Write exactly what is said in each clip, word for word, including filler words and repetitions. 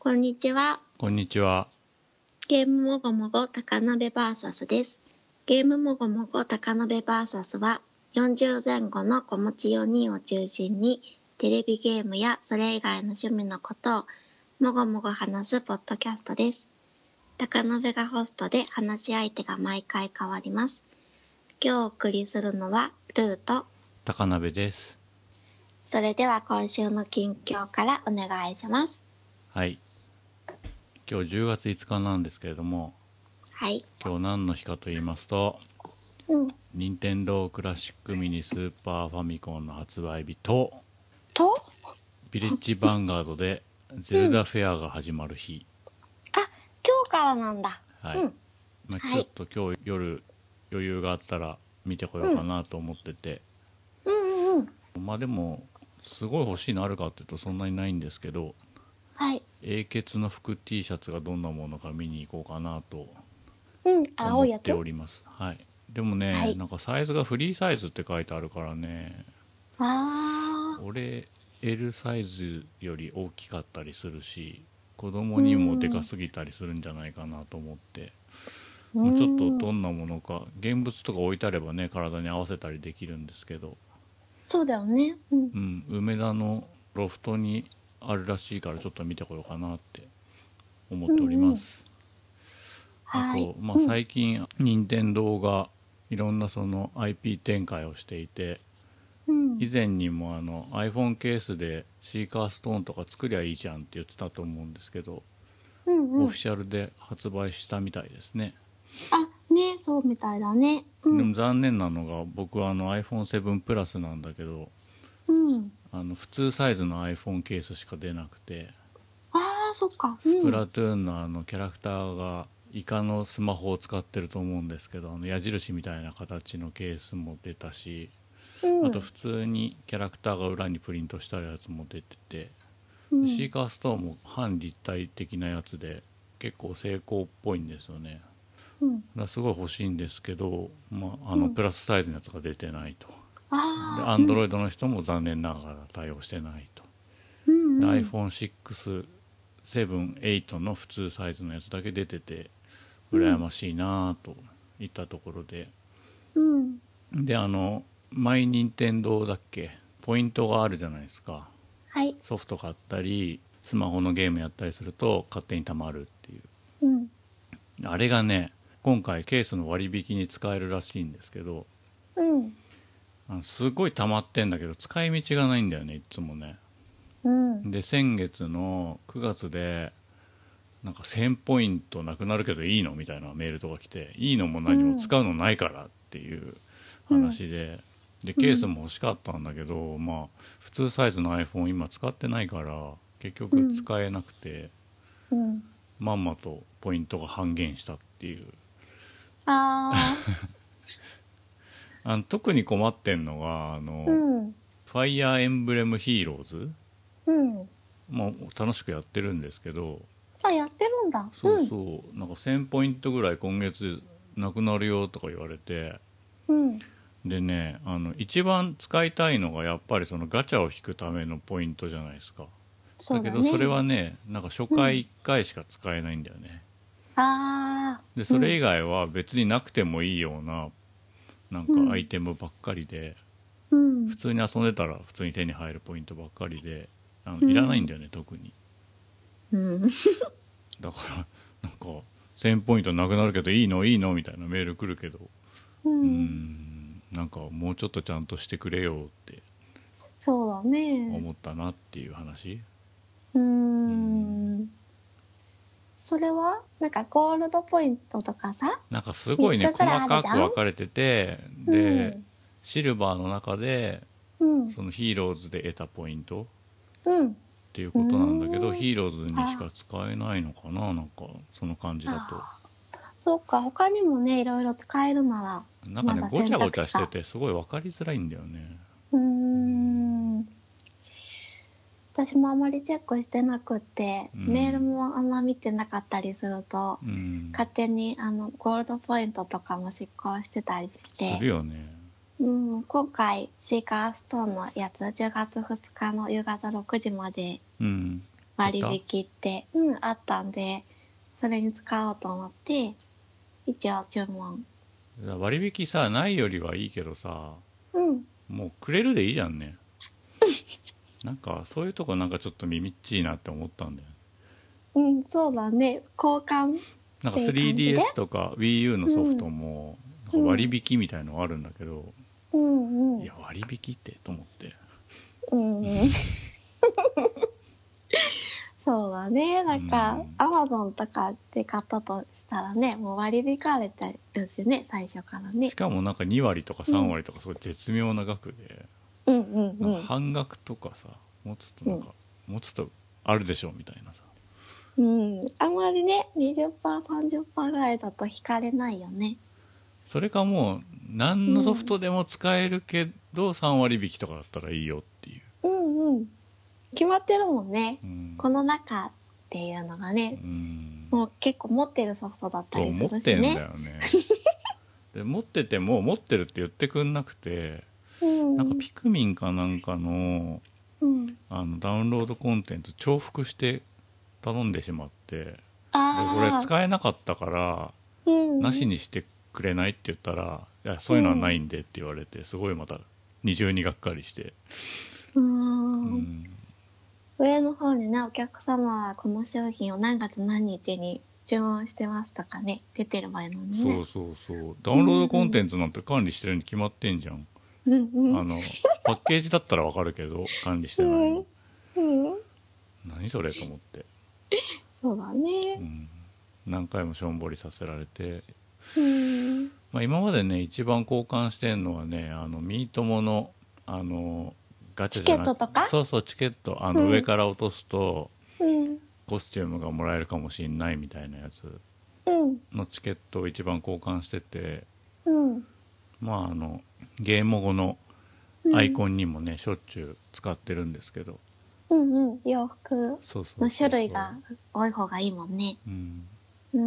こんにちは。 こんにちは。 ゲームもごもご高鍋バーサスです。ゲームもごもご高鍋バーサスはよんじゅうぜん後の子持ちよにんを中心にテレビゲームやそれ以外の趣味のことをもごもご話すポッドキャストです。高鍋がホストで話し相手が毎回変わります。今日お送りするのはルーと高鍋です。 それでは今週の近況からお願いします。 はい。今日じゅうがついつかなんですけれども、 はい。 今日何の日かと言いますと、 うん。 任天堂クラシックミニスーパーファミコンの発売日と、 とビレッジヴァンガードでゼルダフェアが始まる日。 あ、今日からなんだ。 はい。 うん、 まあ、ちょっと今日夜余裕があったら見てこようかなと思ってて、 うんうんうん。 まあでもすごい欲しいのあるかっていうとそんなにないんですけど、 はい。 英傑の服 T シャツがどんなものか見に行こうかなとうん、青思っいやつ。 ております。はい。でもね、 はい、 なんかサイズがフリーサイズって書いてあるからね、 あー。 俺 L サイズより大きかったりするし、子供にもでかすぎたりするんじゃないかなと思って、もうちょっとどんなものか、現物とか置いてあればね体に合わせたりできるんですけど、 そうだよね。うん。 うん、梅田のロフトにあるらしいからちょっと見てこようかなって思っております。 うんうん、 あはい。 と、まあ、最近、任天堂がいろんなその アイピー 展開をしていて、 うん、 以前にもあの iPhone ケースでシーカーストーンとか作りゃいいじゃんって言ってたと思うんですけど、 うんうん、 オフィシャルで発売したみたいですね。 あ、ね、そうみたいだね。うん、 でも残念なのが、僕はあの アイフォンセブン プラスなんだけど、 うん、 あの普通サイズの iPhone ケースしか出なくて、 あー、そっか。うん、 スプラトゥーンのあのキャラクターがイカのスマホを使ってると思うんですけど、あの矢印みたいな形のケースも出たし、 うん、 あと普通にキャラクターが裏にプリントしてあるやつも出てて、 うん、 シーカーストーンも半立体的なやつで結構成功っぽいんですよね。 うん、 だからすごい欲しいんですけど、まあ、あのプラスサイズのやつが出てないと。であー、 アンドロイドの人も残念ながら対応してないと。 うん、 でうん、 アイフォンシックス、セブン、エイトの普通サイズのやつだけ出てて羨ましいなといったところで、 うん、 であのマイ任天堂だっけ、ポイントがあるじゃないですか。 はい、 ソフト買ったりスマホのゲームやったりすると勝手に貯まるっていう、 うん、 あれがね今回ケースの割引に使えるらしいんですけど、 うん、 あのすごい溜まってんだけど使い道がないんだよね、いつもね。 うん、 で先月のくがつでなんかせんポイントなくなるけどいいのみたいなメールとか来て、いいのも何も使うのないからっていう話で、でケースも欲しかったんだけど、まあ普通サイズの iPhone 今使ってないから結局使えなくて、 うん、 まんまとポイントが半減したっていう。 ああの特に困ってんのがあの、 ー、うん、 ファイヤーエンブレムヒーローズ、 うん、 まあ、楽しくやってるんですけど、 あ、やってるんだ。 そうそう、なんかせんポイントぐらい今月なくなるよとか言われて、 うん、 でね、あの一番使いたいのがやっぱりそのガチャを引くためのポイントじゃないですか。 そうだね。 だけどそれはね、なんか初回いっかいしか使えないんだよね、 うん、あー、 でそれ以外は別になくてもいいようななんかアイテムばっかりで、 うん、 普通に遊んでたら普通に手に入るポイントばっかりで、あのいらないんだよね、特に。 うん、 だからなんかせんポイントなくなるけどいいのいいのみたいなメール来るけど、 う、 うんーんなんかもうちょっとちゃんとしてくれよってそうだね。 思ったなっていう話。 うーん。それはなんかゴールドポイントとかさ、 なんかすごいねみっつくらいあ細るじゃんかく分かれてて、で、 うん、 シルバーの中でうん、 そのヒーローズで得たポイントうん。 っていうことなんだけど、 うーんヒーローズにしか使えないのかな、なんかその感じだと。 そうか、他にもね、いろいろ使えるなら。 なんかね、 まだごちゃごちゃして選択肢がてすごい分かりづらいんだよね。 うーん。私もあまりチェックしてなくって、 うんメールもあんま見てなかったりすると、 うん、 勝手にあのゴールドポイントとかも執行してたりしすて、 るよね。 うん、今回シーカーストーンのやつじゅうがつふつかの夕方ろくじまでうん割引って、うん、あったんで、それに使おうと思って、一応注文。 割引さ、ないよりはいいけどさ、 うん。 もうくれるでいいじゃんね。なんか、そういうとこなんかちょっと耳っちいなって思ったんだよね。 うん、そうだね。交換なんか スリーディーエス とか WiiU のソフトも、なんか割引みたいのあるんだけど、 うんうん。 いや、割引ってと思って。 うんうん。そうだね。なんか、アマゾンとかで買ったとしたらね、もう割り引かれてるんですよね、最初からね。 しかもなんかに割とかさん割とかすごい絶妙な額で、 うんうんうん。 なんか半額とかさ、もうちょっとなんか、うん、もうちょっとあるでしょみたいなさ。 うん。あんまりね、にじゅっパーセント、さんじゅっパーセント ぐらいだと引かれないよね。 それかもう、何のソフトでも使えるけど、さん割引きとかだったらいいよっていう。 うんうん。決まってるもんね。 うん、 この中っていうのがね、 うん、 もう結構持ってるソフトだったりするしね。 持ってんだよね。で持ってても持ってるって言ってくんなくて、うん、なんかピクミンかなんかの、うん、あのダウンロードコンテンツ重複して頼んでしまって、でこれ使えなかったから、うん、なしにしてくれないって言ったら、いやそういうのはないんでって言われて、すごいまた二重にがっかりして、 うん、うん、上の方にね、お客様はこの商品を何月何日に注文してますとかね、出てる場合のね。 そうそうそう。ダウンロードコンテンツなんて管理してるに決まってんじゃん。うんうん、あのパッケージだったらわかるけど管理してないの、うんうん、何それと思って。 そうだね、 うん、何回もしょんぼりさせられて、うんまあ、今までね一番交換してんのはね、あのミートモのあのガチャじゃなくて、チケットとか、そうそうチケット、あの、うん、上から落とすと、うん、コスチュームがもらえるかもしれないみたいなやつのチケットを一番交換してて、うん、まああのゲーム後のアイコンにもね、うん、しょっちゅう使ってるんですけど、 うんうん、洋服の種類が多い方がいいもんね。 うんうん、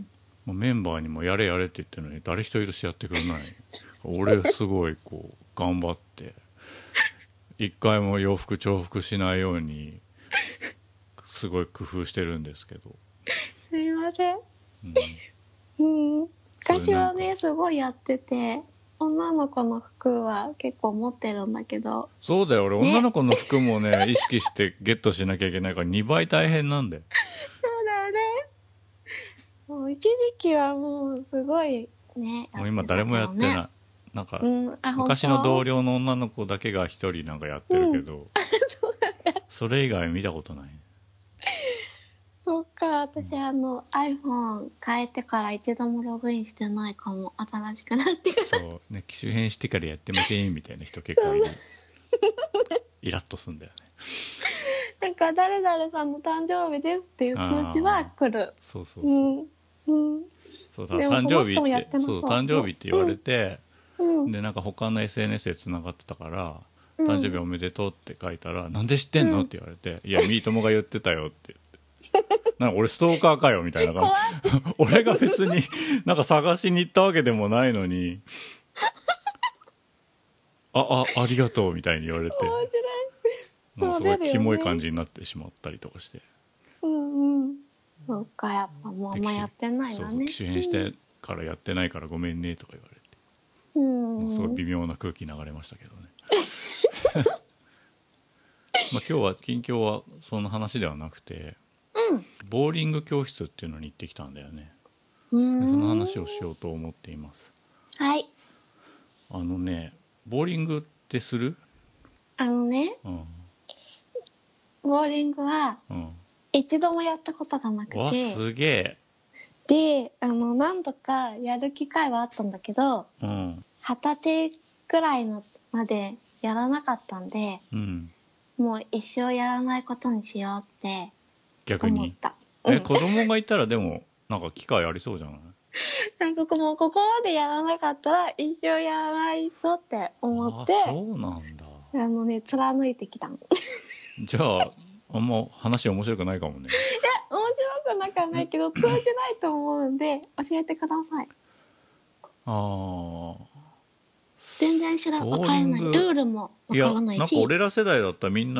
メンバーにもやれやれって言ってるのに誰一人としてやってくれない俺すごいこう頑張って一回も洋服重複しないようにすごい工夫してるんですけど、 すいません、うんうん、昔はねすごいやってて、女の子の服は結構持ってるんだけど。 そうだよ、俺、ね、女の子の服もね意識してゲットしなきゃいけないからにばい大変なんだよ。 そうだよね。もう一時期はもうすごいね、 もう今誰もやってない、なんか、うん、昔の同僚の女の子だけが一人なんかやってるけど、うん、そうだね、それ以外見たことない。 そっか、私、うん、あの iPhone 変えてから一度もログインしてないかも。新しくなってから。 そうね、機種変してからやってませんみたいな人結構いる。イラッとすんだよね。 なんか誰々さんの誕生日ですっていう通知は来る。 そうそうそう、うんうん、そうだ、誕生日って、そう誕生日って言われて、うん、でなんか他の エスエヌエス でつながってたから、うん、誕生日おめでとうって書いたら、なんで知ってんの、うん、って言われて、いやミートモが言ってたよって言って、なんか俺ストーカーかよみたいな感じ俺が別になんか探しに行ったわけでもないのにああありがとうみたいに言われて、なんかすごいキモい感じになってしまったりとかして、 うんうん、そうか、やっぱもうあんまやってないわね。そうそう、 機種変してからやってないからごめんねとか言われて、うん、すごい微妙な空気流れましたけどねまあ今日は近況はその話ではなくて、うん、ボーリング教室っていうのに行ってきたんだよね。でその話をしようと思っています。 はい。 あのね、ボーリングってする？ あのね、うん、ボーリングは一度もやったことがなくて、わすげえ。 で、あの何度かやる機会はあったんだけど、うん、はたちくらいのまでやらなかったんで、うん、もう一生やらないことにしようって逆に思った。え、うん、子供がいたらでもなんか機会ありそうじゃない？ なんかもうここまでやらなかったら一生やらないぞって思って、 あ、そうなんだ。 あのね、貫いてきたのじゃああんま話面白くないかもね。いや、 面白くなくはないけど通じないと思うんで教えてください。ああ、全然知ら分からない、ルールも分からないし。 いや、なんか俺ら世代だったらみんな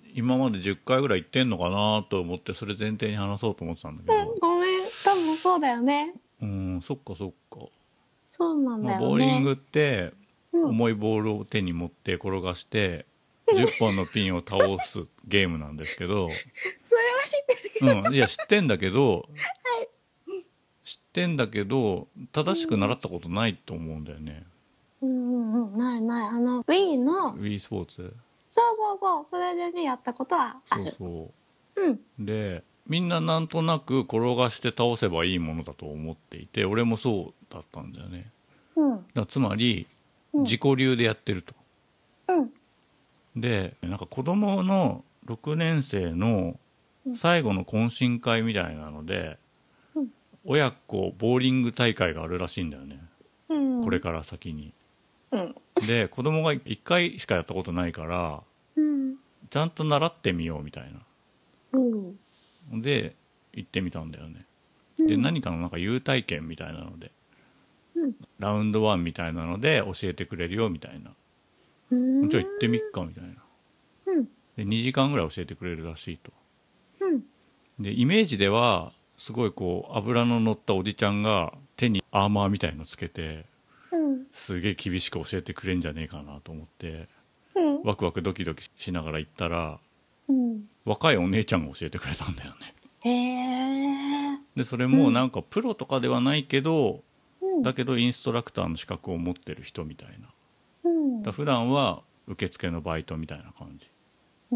今までじゅっかいぐらい行ってんのかなと思って、それ前提に話そうと思ってたんだけど。 うん、ごめん、多分そうだよね。 うん、そっかそっか。 そうなんまあ、 だよね。 ボーリングってうん、 重いボールを手に持って転がしてじゅっぽんのピンを倒すゲームなんですけど、 それは知ってるけど。 うん、いや知ってんだけど、 はい。 知ってんだけど正しく習ったことないと思うんだよね。 うんうんうん、ないない。あの、Wii の、 Wii スポーツ。 そうそうそう、それでね、やったことはある。 そうそうん。 うで、みんななんとなく転がして倒せばいいものだと思っていて、俺もそうだったんだよね。 うん。 だからつまりうん自己流でやってると。 うん。 でなんか子供のろくねん生の最後の懇親会みたいなので、 うん、 親子ボーリング大会があるらしいんだよね、 うん。 これから先に。 うん。 で子供がいっかいしかやったことないからうん。 ちゃんと習ってみようみたいうんなで行ってみたんだよね。 うん、 で何かのなんか優待券みたいなので、 うん、 ラウンドワンみたいなので教えてくれるよみたいな、 うん、 じゃあ行ってみっかみたいな。 うん、 でにじかんぐらい教えてくれるらしいと。 うん、 でイメージではすごいこう油の乗ったおじちゃんが手にアーマーみたいのつけてうん、 すげえ厳しく教えてくれんじゃねえかなと思ってうん、 ワクワクドキドキしながら行ったらうん。 若いお姉ちゃんが教えてくれたんだよね。 へえ。 でそれもなんかプロとかではないけど、 うん、 だけどインストラクターの資格を持ってる人みたいな。 うん、 だから普段は受付のバイトみたいな感じうん、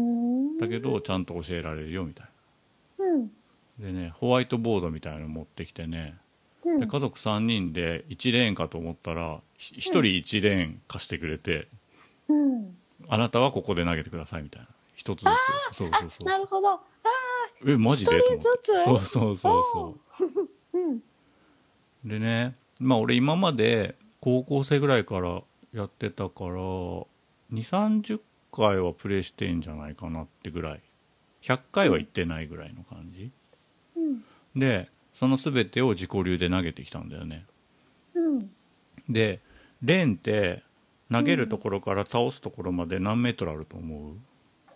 だけどちゃんと教えられるよみたいうん、 な。でねホワイトボードみたいなの持ってきてね、 うん。 で家族さんにんでいちレーンかと思ったらひひとりいちレーン貸してくれて、 うん。 あなたはここで投げてくださいみたいな、一つずつ。そうそうそう。 なるほど。ああ、 えマジで一人と思って。 ずつそうそうそうそうん、 う。でね、まあ俺今まで高校生ぐらいからやってたからにさんじゅっかいはプレイしてんじゃないかなってぐらい、ひゃっかいは行ってないぐらいの感じ、 うん、 でその全てを自己流で投げてきたんだよね。 うん。 でレーンって投げるところから倒すところまで何メートルあると思う？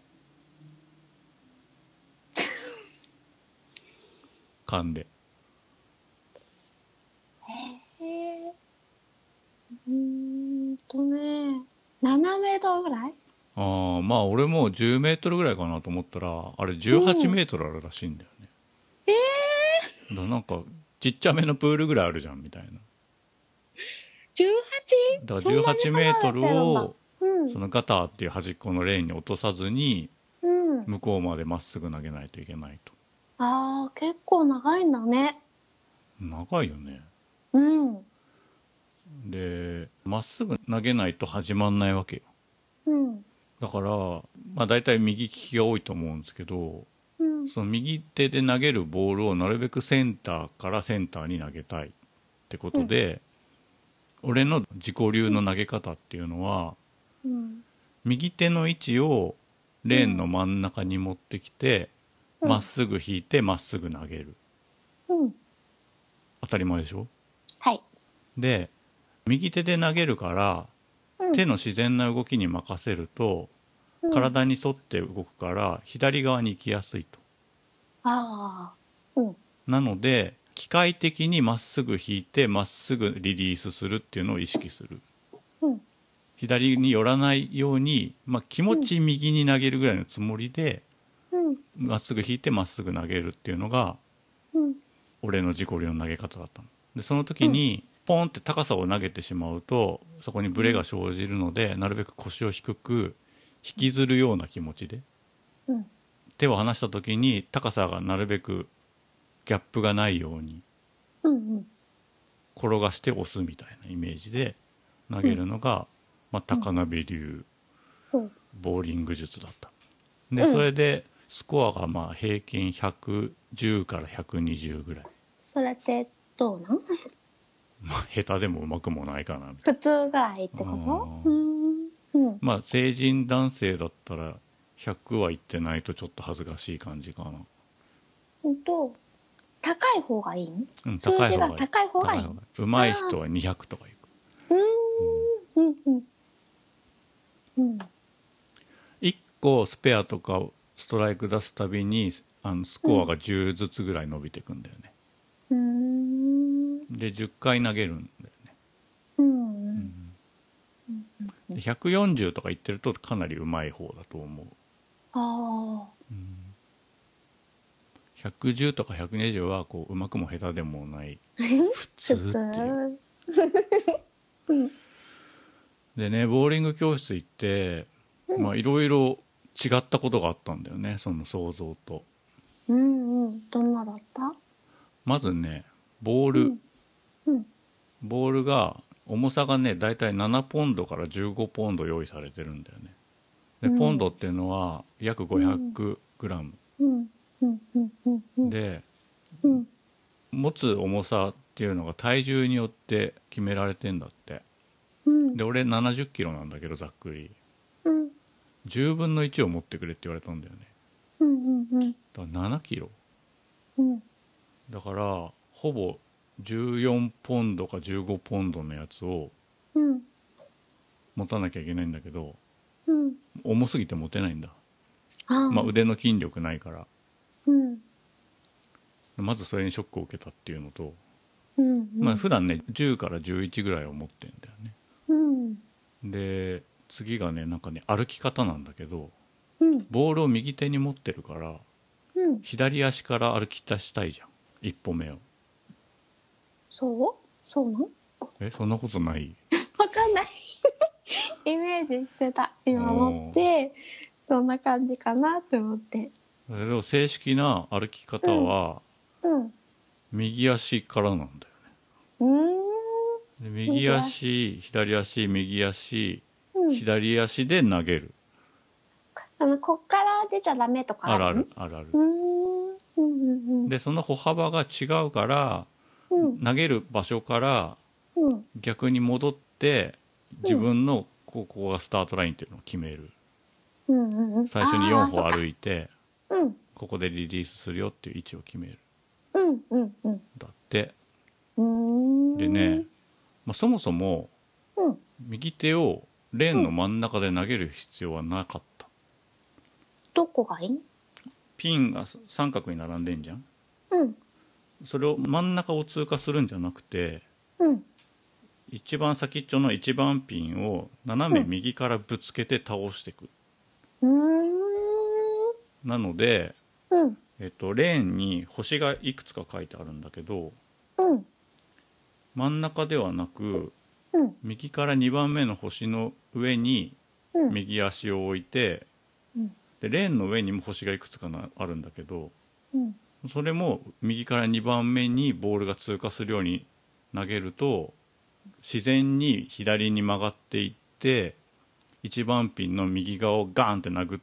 勘で。 へえ。うーんとね、ななメートルぐらい。 ああまあ俺もじゅうメートルぐらいかなと思ったらあれじゅうはちメートルあるらしいんだよね。 ええ。 だからなんかちっちゃめのプールぐらいあるじゃんみたいな。 じゅうはち？ だからじゅうはちメートルをうん、 そのガターっていう端っこのレーンに落とさずにうん。 向こうまでまっすぐ投げないといけないと。 ああ、結構長いんだね。 長いよね。 うん。 でまっすぐ投げないと始まんないわけよ。 うん。 だからまあ大体右利きが多いと思うんですけど、 うん。 その右手で投げるボールをなるべくセンターからセンターに投げたいってことで、うん、俺の自己流の投げ方っていうのは、 うん、 右手の位置をレーンの真ん中に持ってきてま、うん、っすぐ引いてまっすぐ投げる、 うん、 当たり前でしょ。 はい。 で右手で投げるから、うん、手の自然な動きに任せると、うん、体に沿って動くから左側に行きやすいと。 ああ、うん。 なので機械的にまっすぐ引いてまっすぐリリースするっていうのを意識する、うん、左に寄らないように、まあ、気持ち右に投げるぐらいのつもりでま、うん、っすぐ引いてまっすぐ投げるっていうのが、うん、俺の自己流の投げ方だったので、その時にポンって高さを投げてしまうとそこにブレが生じるので、なるべく腰を低く引きずるような気持ちで、うん、手を離した時に高さがなるべくギャップがないように転がして押すみたいなイメージで投げるのが、うんまあ、高鍋流ボーリング術だった。でそれでスコアがまあ平均ひゃくじゅうからひゃくにじゅうぐらい。 それってどうなん？ まあ下手でもうまくもないかなみたいな。 普通ぐらいってこと？うん、 うん、まあ成人男性だったらひゃくはいってないとちょっと恥ずかしい感じかな。 うんと高い方がいいの？ うん、 数字が高い方がいいの？ うまい人はにひゃくとかいく。 うんうんうんうん。 いっこスペアとかストライク出すたびにあのスコアがじゅうずつぐらい伸びていくんだよね。 うーん。 でじゅっかい投げるんだよね。 うん。 うんでひゃくよんじゅうとか言ってるとかなり上手い方だと思う。 ああ。 うん、ひゃくじゅうとかひゃくにじゅうはこう上手くも下手でもない普通っていう。 うん。 でね、ボーリング教室行ってまあいろいろ違ったことがあったんだよね、その想像と。 うんうん。どんなだった？ まずね、ボール、 うんうん、 ボールが重さがねだいたいななポンドからじゅうごポンド用意されてるんだよね。で、うん、ポンドっていうのは約ごひゃくグラム、 うんうんうんうんうん、 で、 うん、 持つ重さっていうのが体重によって決められてんだって、うん、で俺ななじゅっキロなんだけどざっくり、うん、じゅうぶんのいちを持ってくれって言われたんだよね、うんうんうん、だからななキロ、うん、だからほぼじゅうよんポンドかじゅうごポンドのやつを持たなきゃいけないんだけど、うん、重すぎて持てないんだ。あ、まあ、腕の筋力ないから、うん、まずそれにショックを受けたっていうのと、うんうん、まあ普段ねじゅうからじゅういちぐらいを持ってんだよね、うん、で次がねなんかね歩き方なんだけど、うん、ボールを右手に持ってるから、うん、左足から歩き出したいじゃん、一歩目を。 そうそうなの？ え、そんなことない？ わかんないイメージしてた、今持ってどんな感じかなって思って。 だけど正式な歩き方は、うんうん、右足からなんだよね。うーん、で右足、左足、右足、うん、左足で投げる。 あのこっから出ちゃダメとかある？ あるあるあるある。うーん、うんうんうん、でその歩幅が違うから、うん、投げる場所から逆に戻って自分のここがスタートラインっていうのを決める、うんうんうん、最初によん歩歩いて、うん、ここでリリースするよっていう位置を決める、うんうんうん、だって。うーんでね、まあ、そもそも、うん、右手をレーンの真ん中で投げる必要はなかった、うん、 どこがいい？ ピンが三角に並んでんじゃん、うん、それを真ん中を通過するんじゃなくて、うん、一番先っちょの一番ピンを斜め右からぶつけて倒していく、うん、なので、うん、えっと、レーンに星がいくつか書いてあるんだけど、うん、真ん中ではなく、うん、右からにばんめの星の上に右足を置いて、うん、でレーンの上にも星がいくつかなあるんだけど、うん、それも右からにばんめにボールが通過するように投げると自然に左に曲がっていっていちばんピンの右側をガーンって殴って、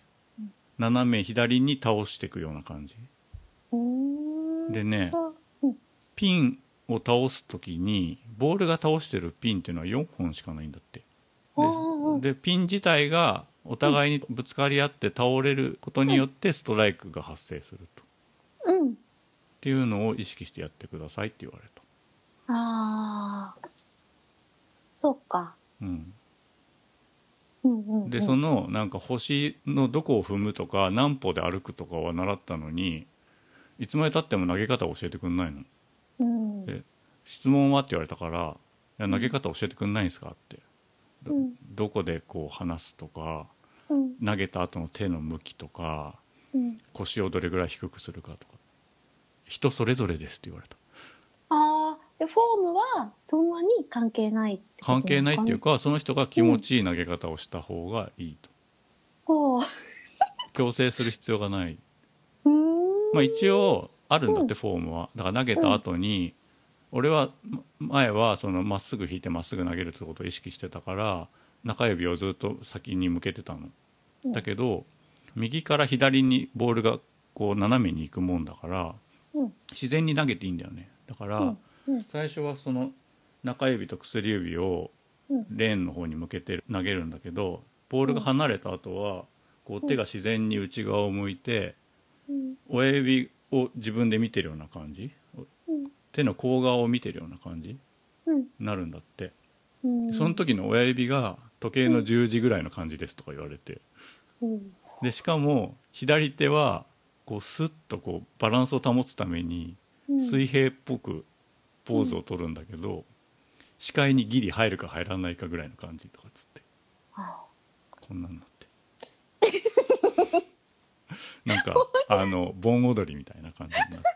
うん、斜め左に倒していくような感じでね、うん、ピンを倒す時にボールが倒してるピンっていうのはよんほんしかないんだって。で、でピン自体がお互いにぶつかり合って倒れることによってストライクが発生すると、うん、っていうのを意識してやってくださいって言われた。 ああ、そっか、うんうんうんうん、でそのなんか星のどこを踏むとか何歩で歩くとかは習ったのにいつまでたっても投げ方を教えてくんないの、うん、で質問はって言われたからいや投げ方教えてくんないんですかって、うん、ど, どこでこう離すとか、うん、投げた後の手の向きとか、うん、腰をどれぐらい低くするかとか人それぞれですって言われた。 ああ、でフォームはそんなに関係ないってことなのかな？ 関係ないっていうかその人が気持ちいい投げ方をした方がいいと、うん、強制する必要がない。うーん、まあ一応あるんだって、うん、フォームは。だから投げた後に、うん、俺は前はそのまっすぐ引いてまっすぐ投げるってことを意識してたから中指をずっと先に向けてたの、うん、だけど右から左にボールがこう斜めに行くもんだから、うん、自然に投げていいんだよね。だから、うんうん、最初はその中指と薬指をレーンの方に向けて投げるんだけどボールが離れた後はこう手が自然に内側を向いて、うん、親指を自分で見てるような感じ、うん、手の甲側を見てるような感じになるんだって、うん、その時の親指が時計のじゅうじぐらいの感じですとか言われて、うん、 でしかも左手はこうスッとこうバランスを保つために水平っぽくポーズを取るんだけど、うん、視界にギリ入るか入らないかぐらいの感じとかっつって、こんなんなってなんかあの盆踊りみたいな感じになって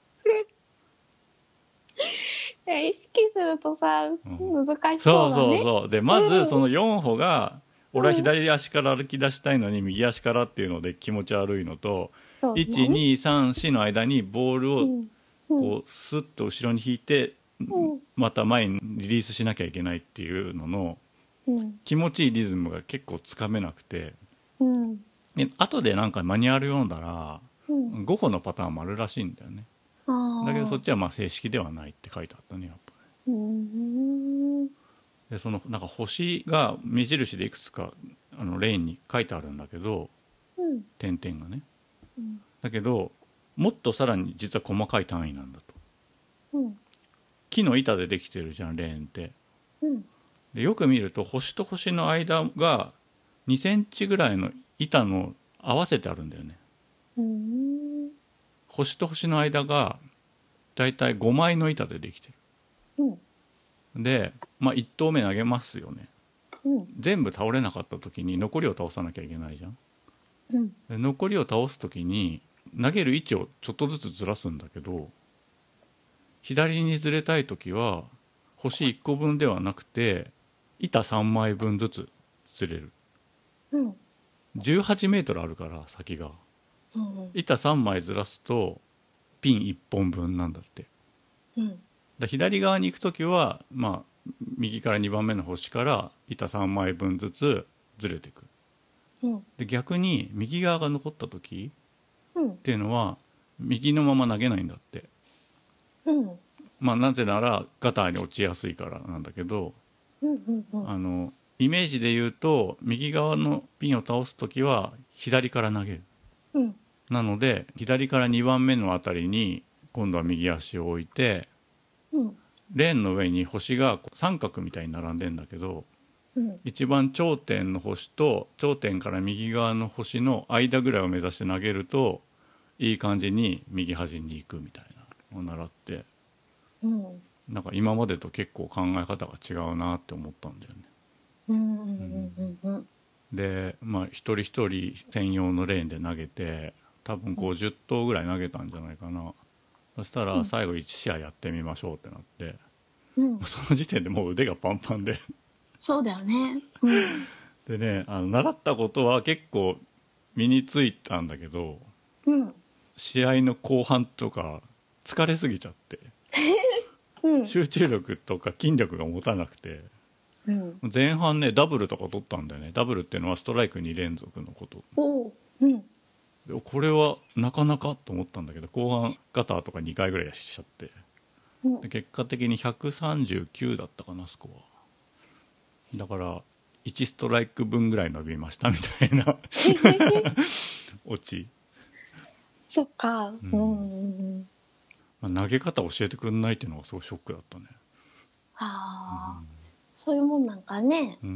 意識するとさ、うん、難しそそうだね。 そうそうそう。でまずそのよん歩が、うん、俺は左足から歩き出したいのに右足からっていうので気持ち悪いのと、うん、いちにさんしの間にボールをこうスッと後ろに引いて、うん、また前にリリースしなきゃいけないっていうのの、うん、気持ちいいリズムが結構つかめなくて、うん、で後でなんかマニュアル読んだら、うん、ご歩のパターンもあるらしいんだよね。だけどそっちはまあ正式ではないって書いてあったねやっぱり。うんでそのなんか星が目印でいくつかあのレーンに書いてあるんだけど、うん、点々がね、うん、だけどもっとさらに実は細かい単位なんだと、うん、木の板でできてるじゃんレーンって、うん、でよく見ると星と星の間がにセンチぐらいの板の合わせてあるんだよね。うん星と星の間がだいたいごまいの板でできてる、うん、で、まあ、いち投目投げますよね、うん、全部倒れなかった時に残りを倒さなきゃいけないじゃん、うん、で残りを倒す時に投げる位置をちょっとずつずらすんだけど、左にずれたい時は星いっこぶんではなくて板さんまいぶんずつずれる、うん、じゅうはちメートルあるから先が、うん、板さんまいずらすとピンいっぽんぶんなんだって、うん、だ左側に行くときは、まあ、右からにばんめの星から板さんまいぶんずつずれていく、うん、で逆に右側が残ったとき、うん、っていうのは右のまま投げないんだって、うん、まあなぜならガターに落ちやすいからなんだけど、うんうんうん、あのイメージで言うと右側のピンを倒すときは左から投げる、うん、なので左からにばんめのあたりに今度は右足を置いて、うん、レーンの上に星が三角みたいに並んでんだけど、うん、一番頂点の星と頂点から右側の星の間ぐらいを目指して投げるといい感じに右端に行くみたいなのを習って、うん、なんか今までと結構考え方が違うなって思ったんだよね。うんうんうんうん、でまあ一人一人専用のレーンで投げて多分ごじゅっ投ぐらい投げたんじゃないかな。そしたら最後いち試合やってみましょうってなって、うん、その時点でもう腕がパンパンでそうだよね、うん、 でねあの習ったことは結構身についたんだけど、うん、試合の後半とか疲れすぎちゃって、うん、集中力とか筋力が持たなくて、うん、前半ねダブルとか取ったんだよね。ダブルっていうのはストライクに連続のこと。お、うん、でこれはなかなかと思ったんだけど後半ガターとかにかいぐらいしちゃって、うん、で結果的にひゃくさんじゅうきゅうだったかなスコアだからいちストライク分ぐらい伸びましたみたいなオチ。 そっか、うんうんまあ、投げ方教えてくんないっていうのがすごいショックだったね。 ああ、うん、そういうもんなんかね、うん、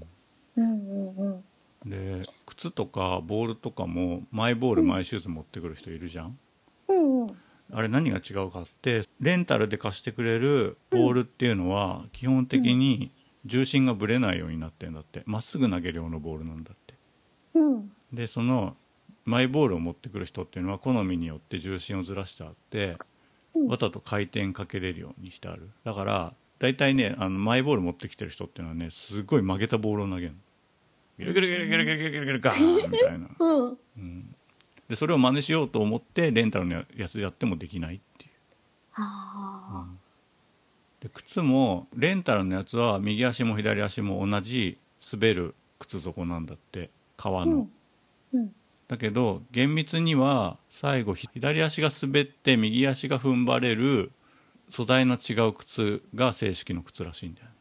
うんうんうんで靴とかボールとかもマイボール、うん、マイシューズ持ってくる人いるじゃん、うんうん、あれ何が違うかってレンタルで貸してくれるボールっていうのは基本的に重心がぶれないようになってるんだって。まっすぐ投げる用のボールなんだって、うん、でそのマイボールを持ってくる人っていうのは好みによって重心をずらしてあって、うん、わざと回転かけれるようにしてある。だから大体ねあのマイボール持ってきてる人っていうのはねすごい曲げたボールを投げるの。ギルギルギルギルギルギルギルギルガーンみたいな、うんうん、でそれを真似しようと思ってレンタルのやつやってもできないっていう。あ、うん、で靴もレンタルのやつは右足も左足も同じ滑る靴底なんだって革の、うんうん、だけど厳密には最後左足が滑って右足が踏ん張れる素材の違う靴が正式の靴らしいんだよね。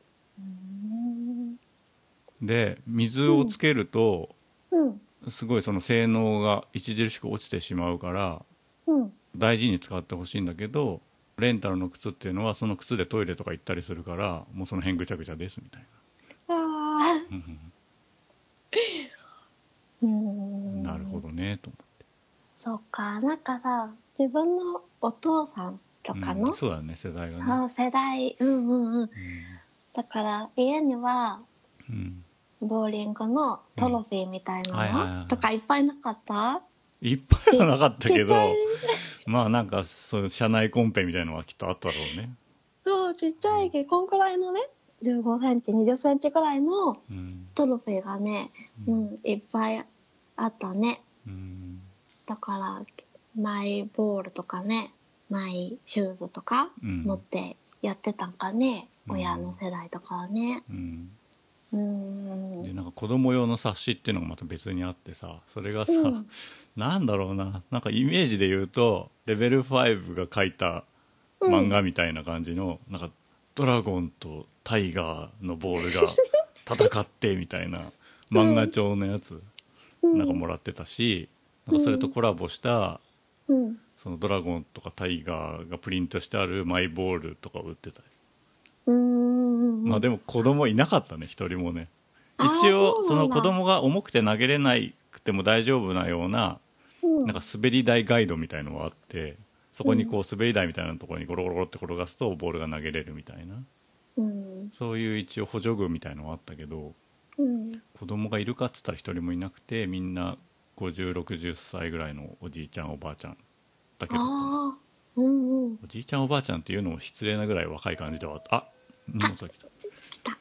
で水をつけると、うん、すごいその性能が著しく落ちてしまうから、うん、大事に使ってほしいんだけどレンタルの靴っていうのはその靴でトイレとか行ったりするからもうその辺ぐちゃぐちゃですみたいな。あうーん。 なるほどねと思って。 そうか、なんかさ、自分のお父さんとかの、 うん、そうだね、世代がね。 そう世代、うんうんうん。 うんだから家にはうん、 ボーリングのトロフィーみたいなはいはいはいはいのとかいっぱいなかった？ いっぱいはなかったけちっちゃい、 ど、まあなんかそういう社内コンペみたいなのはきっとあったろうね。 そう、ちっちゃいけど、こんくらいのね、じゅうごセンチ、にじゅっセンチくらいのうんトロフィーがね、 ううんん、いっぱいあったね。 うんだから、マイボールとかね、マイシューズとかうん持ってやってたんかね、 うん親の世代とかはね。 うんうーん。 でなんか子供用の冊子っていうのがまた別にあってさ、それがさ、 うん。 なんだろうな、なんかイメージで言うとレベルごが書いた漫画みたいな感じの、なんかドラゴンとタイガーのボールが戦ってみたいな漫画調のやつうんなんかもらってたし、なんかそれとコラボしたうん。 そのドラゴンとかタイガーがプリントしてあるマイボールとか売ってたり、 うーん。 まあでも子供いなかったね、一人もね。 あー一応そうなんだその子供が重くて投げれなくても大丈夫なようなうん。 なんか滑り台ガイドみたいのがあって、そこにこう滑り台みたいなところにゴロゴロゴロって転がすとボールが投げれるみたいな、 うん。 そういう一応補助具みたいのがあったけど、 うん。 子供がいるかっつったら一人もいなくて、みんなごじゅうろくじゅっさいぐらいのおじいちゃんおばあちゃんだけだったね。 ああ。うんうん。 おじいちゃんおばあちゃんっていうのも失礼なぐらい若い感じではあった。あ、荷物が来た。 来た。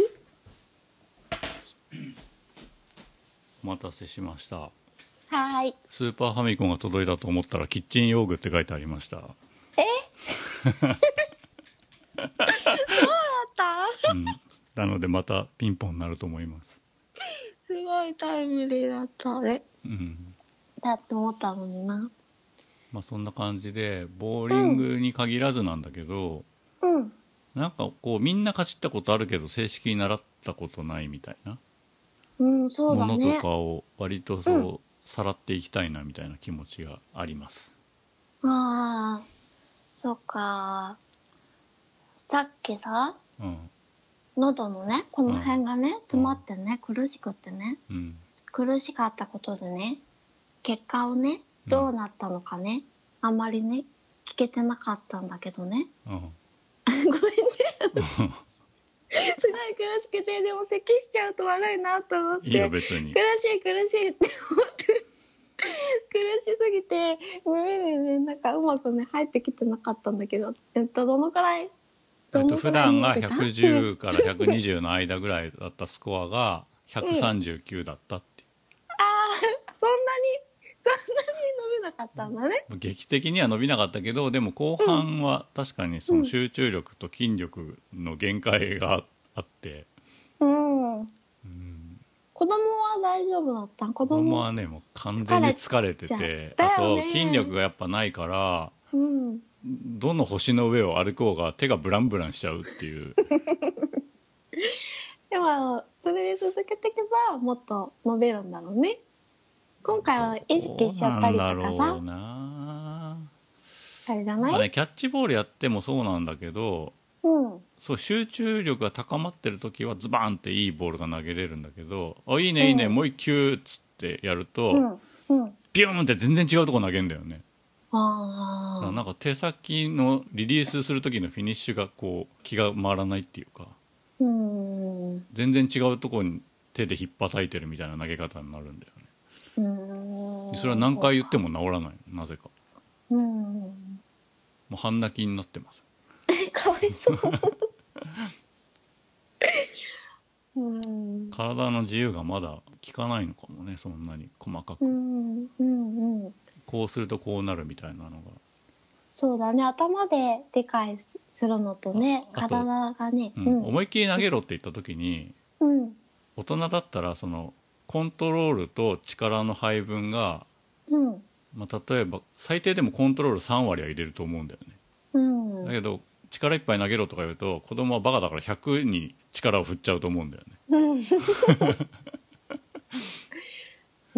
お待たせしました。 はーい。 スーパーファミコンが届いたと思ったらキッチン用具って書いてありました。 えそうだったうん、なのでまたピンポンになると思います。 すごいタイムリーだった。えうん、 だって思ったのにな。 まあそんな感じでボーリングに限らずなんだけど、 うん。 なんかこうみんな勝ちったことあるけど正式に習ったことないみたいなうん、そうものだね。 とかを割とそう、 うんさらっていきたいなみたいな気持ちがあります。 ああ、そっか。さっきさ、 うん喉のね、この辺がね、詰まってね、苦しくってね、 うん苦しかったことでね、結果をね、どうなったのかね、あんまりね、聞けてなかったんだけどね。 うんごめんね。すごい苦しくて、でも咳しちゃうと悪いなと思って。 いいよ別に。 苦しい苦しいって思って。苦しすぎて、耳にね、なんかうまくね、入ってきてなかったんだけど、えっと、どのくらいえっと、普段がひゃくじゅううからひゃくにじゅうの間ぐらいだったスコアがひゃくさんじゅうきゅうだったっていう、 ああ、そんなに、そんなに伸びなかったんだね。 劇的には伸びなかったけど、でも後半は確かにその集中力と筋力の限界があって、 うん。 うん、 子供は大丈夫だった子子供供はねもう完全に疲れて疲れて、 ちゃうあとだよね筋力がやっぱないから、 うん。 どの星の上を歩こうが手がブランブランしちゃうっていうでも、それで続けていけば、もっと伸びるんだろうね。今回は意識しちゃったりとかどうなんだろさう、な。 あれじゃない、 まあね、キャッチボールやってもそうなんだけど、 うん。 そう集中力が高まってる時はズバーンっていいボールが投げれるんだけど、あいいねいいね、 うんもう一球っつってやると、 うん。うん。 ビューンって全然違うとこ投げるんだよね。だからあなんか手先のリリースする時のフィニッシュがこう気が回らないっていうか、 ー。うん。う全然違うとこに手で引っ叩いてるみたいな投げ方になるんだよね。 ーん。 それは何回言っても治らない、なぜか。 そう。うん。 もう半泣きになってます。 かわいそう。うん。 体の自由がまだ効かないのかもね、そんなに細かく、 うん。うん。うん。 こうするとこうなるみたいなのが。 そうだね。頭で理解するのとね、 ああと体がね。 うん、思いっきり投げろって言った時に、 うん。 大人だったらそのコントロールと力の配分が、 うん。 まあ、例えば最低でもコントロールさん割は入れると思うんだよね。 うん。 だけど力いっぱい投げろとか言うと子供はバカだからひゃくに力を振っちゃうと思うんだよね。 うん。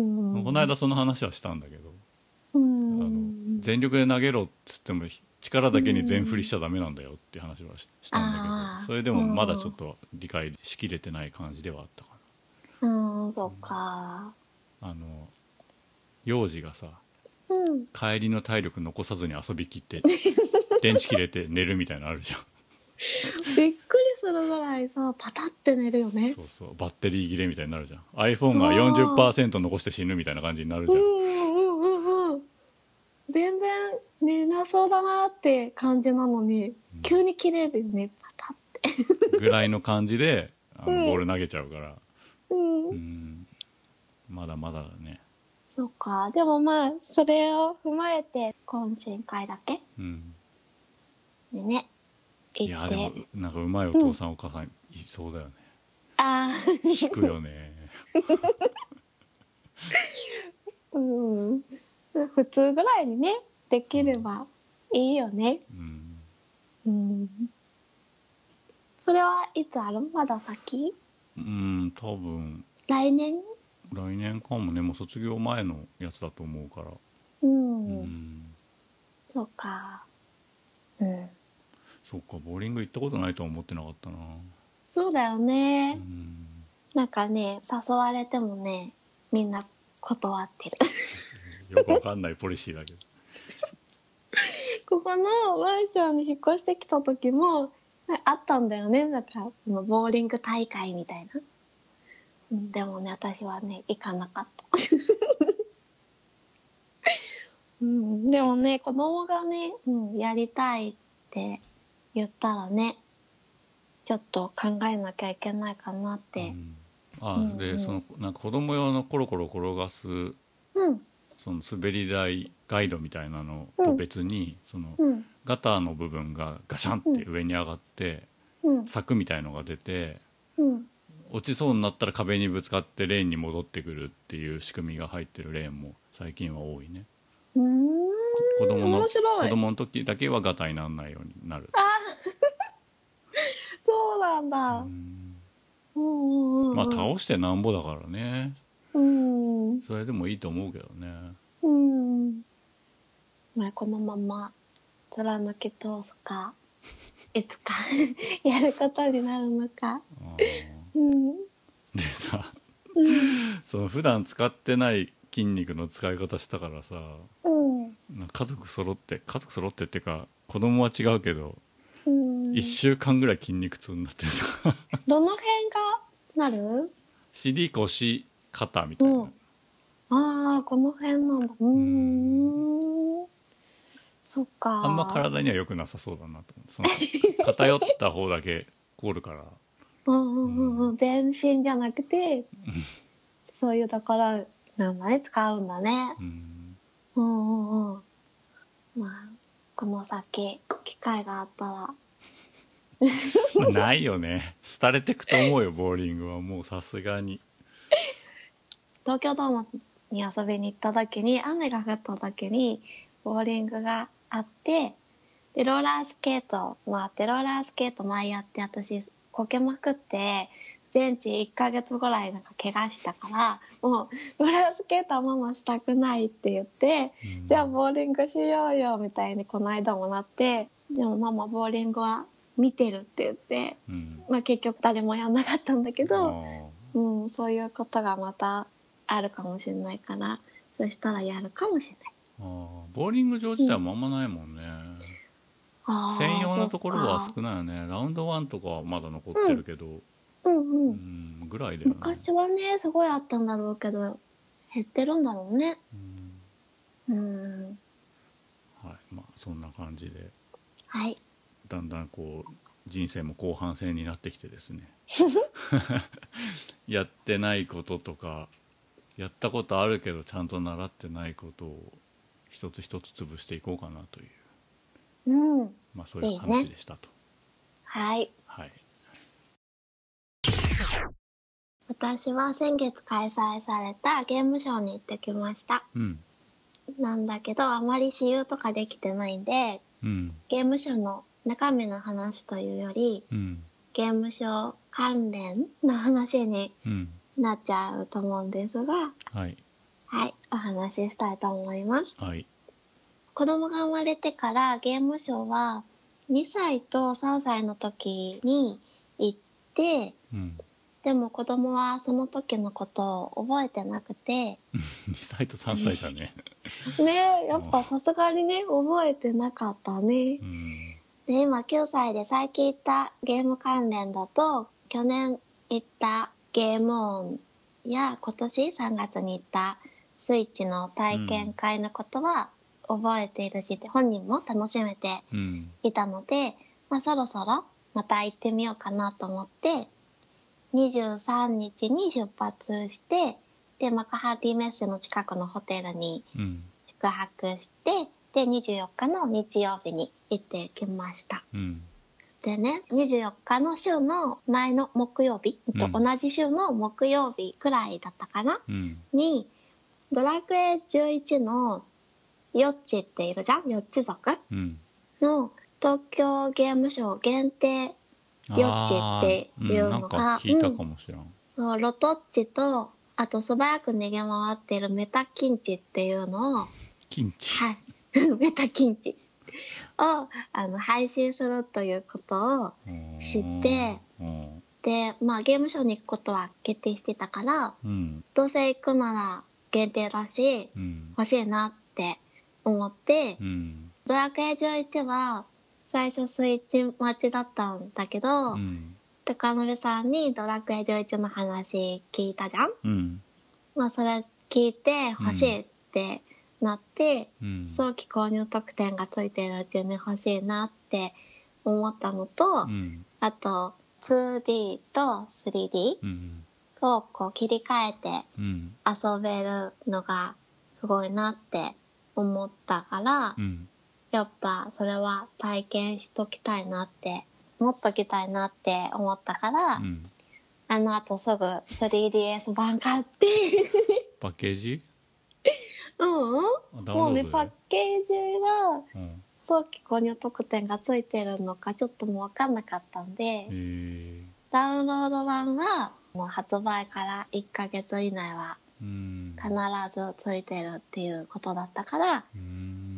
この間その話はしたんだけど、 うあん。 の全力で投げろっつっても力だけに全振りしちゃダメなんだよっていう話はししたんだけど、 あーそれでもまだちょっと理解しきれてない感じではあったかな。 うん、そっか。 あの幼児がさ、 うん、 帰りの体力残さずに遊びきって電池切れて寝るみたいなのあるじゃんびっくりするぐらいさパタって寝るよね。 そうそう、バッテリー切れみたいになるじゃん。 iPhone が よんじゅっパーセント 残して死ぬみたいな感じになるじゃん。 うんうんうんうん。全然寝なそうだなって感じなのに、うん、急に切れるよね、パタってぐらいの感じであのボール投げちゃうから、 うん、 うん、まだまだだね。 そうか。でもまあそれを踏まえて懇親会だけ、うん、でね行って。いやでもなんかうまいお父さん、うん、お母さんいそうだよね。 ああ引くよねうん普通ぐらいにねできればいいよね。うん、うん、それはいつある？まだ先？ うん多分来年？ 来年かもね。もう卒業前のやつだと思うから。 うん、うん、そうか。うんそっか、ボーリング行ったことないとは思ってなかったな。 そうだよね、うん、なんかね誘われてもねみんな断ってるよくわかんないポリシーだけどここのマンションに引っ越してきた時もあったんだよね。なんかボーリング大会みたいな、うん、でもね私はね行かなかったうん、でもね子供がね、うん、やりたいって言ったらねちょっと考えなきゃいけないかなって、うん、 あ、うんうん、でそのなんか子供用のコロコロ転がす、うん、その滑り台ガイドみたいなのと別に、うん、その、うん、ガターの部分がガシャンって上に上がって、うん、柵みたいのが出て、うん、落ちそうになったら壁にぶつかってレーンに戻ってくるっていう仕組みが入ってるレーンも最近は多いね。うーん、子供の面白い。子供の時だけはガターにならないようになる。あそうなんだ。うん、うんうん、 まあ倒してなんぼだからね。うん、それでもいいと思うけどね。うん。 まあこのまま貫き通すかいつかやることになるのか。 うん、でさ、うん、その普段使ってない筋肉の使い方したからさ、うん、家族揃って家族揃ってっていうか子供は違うけど、うん、いっしゅうかんぐらい筋肉痛になってさどの辺がなる？ 尻腰肩みたいな、うん、 ああこの辺なんだ。うーん、うん、そっか。 あんま体には良くなさそうだなと思って、その偏った方だけ凍るからうんうんうん、全身じゃなくてそういうところなんだね、使うんだね。うんうんうんうん。まあこの先機会があったらまあないよね。廃れてくと思うよボーリングはもうさすがに。 東京ドームに遊びに行った時に雨が降った時にボーリングがあって、でローラースケートもあって、ローラースケート前やって私こけまくって全治いっかげつぐらいなんか怪我したから、もうローラースケートはママしたくないって言って、うん、じゃあボーリングしようよみたいにこの間もなって、でもママボーリングは見てるって言って、うん、まあ結局誰もやんなかったんだけど、うん、そういうことがまたあるかもしれないから、そしたらやるかもしれない。 あ、ボーリング場自体もあんまないもんね、うん、専用のところは少ないよね。ラウンドワンとかはまだ残ってるけど、うんうんうん、ぐらいだよね。 昔はねすごいあったんだろうけど減ってるんだろうね。うん、うん、 はい、まあそんな感じで、 はい、 だんだんこう人生も後半戦になってきてですねやってないこととかやったことあるけどちゃんと習ってないことを一つ一つ潰していこうかなという、うん、まあそういう話でしたと。いいね。 はい、はい、私は先月開催されたゲームショーに行ってきました、うん、なんだけどあまり私有とかできてないんで、うん、ゲームショーの中身の話というより、うん、ゲームショー関連の話になっちゃうと思うんですが、はい、はい、お話ししたいと思います。はい、子供が生まれてからゲームショーはにさいとさんさいの時に行って、うん、 でも子供はその時のことを覚えてなくてにさいとさんさいじゃねね、やっぱさすがにね覚えてなかったね、 うん、 で今きゅうさいで最近行ったゲーム関連だと去年行ったゲームオンや今年さんがつに行ったスイッチの体験会のことは覚えているし、うん、本人も楽しめていたので、うん、まあ、そろそろまた行ってみようかなと思ってにじゅうさんにちに出発してで幕張メッセの近くのホテルに宿泊して、うん、でにじゅうよっかの日曜日に行ってきました、うん、でねにじゅうよっかの週の前の木曜日、うん、と同じ週の木曜日くらいだったかな、うん、にドラクエじゅういちのヨッチっているじゃん、ヨッチ族、うん、の東京ゲームショウ限定ヨッチっていうのが、うん、なんか聞いたかもしれん、 うん、ロトッチとあと素早く逃げ回ってるメタキンチっていうのをキンチ、 はい、メタキンチをあの配信するということを知ってで、まあ、ゲームショーに行くことは決定してたから、うん、どうせ行くなら限定だし、うん、欲しいなって思って、うん、ドラクエじゅういちは最初スイッチ待ちだったんだけど、うん、高野さんにドラクエじゅういちの話聞いたじゃん、うん、まあそれ聞いて欲しいってなって、うん、早期購入特典がついてるうちに欲しいなって思ったのと、うん、あと ツーディー と スリーディー をこう切り替えて遊べるのがすごいなって思ったから、うん、やっぱそれは体験しときたいなって持っときたいなって思ったから、うん、あの後すぐ スリーディーエス 版買ってパッケージうん、もうねパッケージは、うん、早期購入特典がついてるのかちょっともう分かんなかったんで、ダウンロード版はもう発売からいっかげつ以内は必ずついてるっていうことだったから、うん、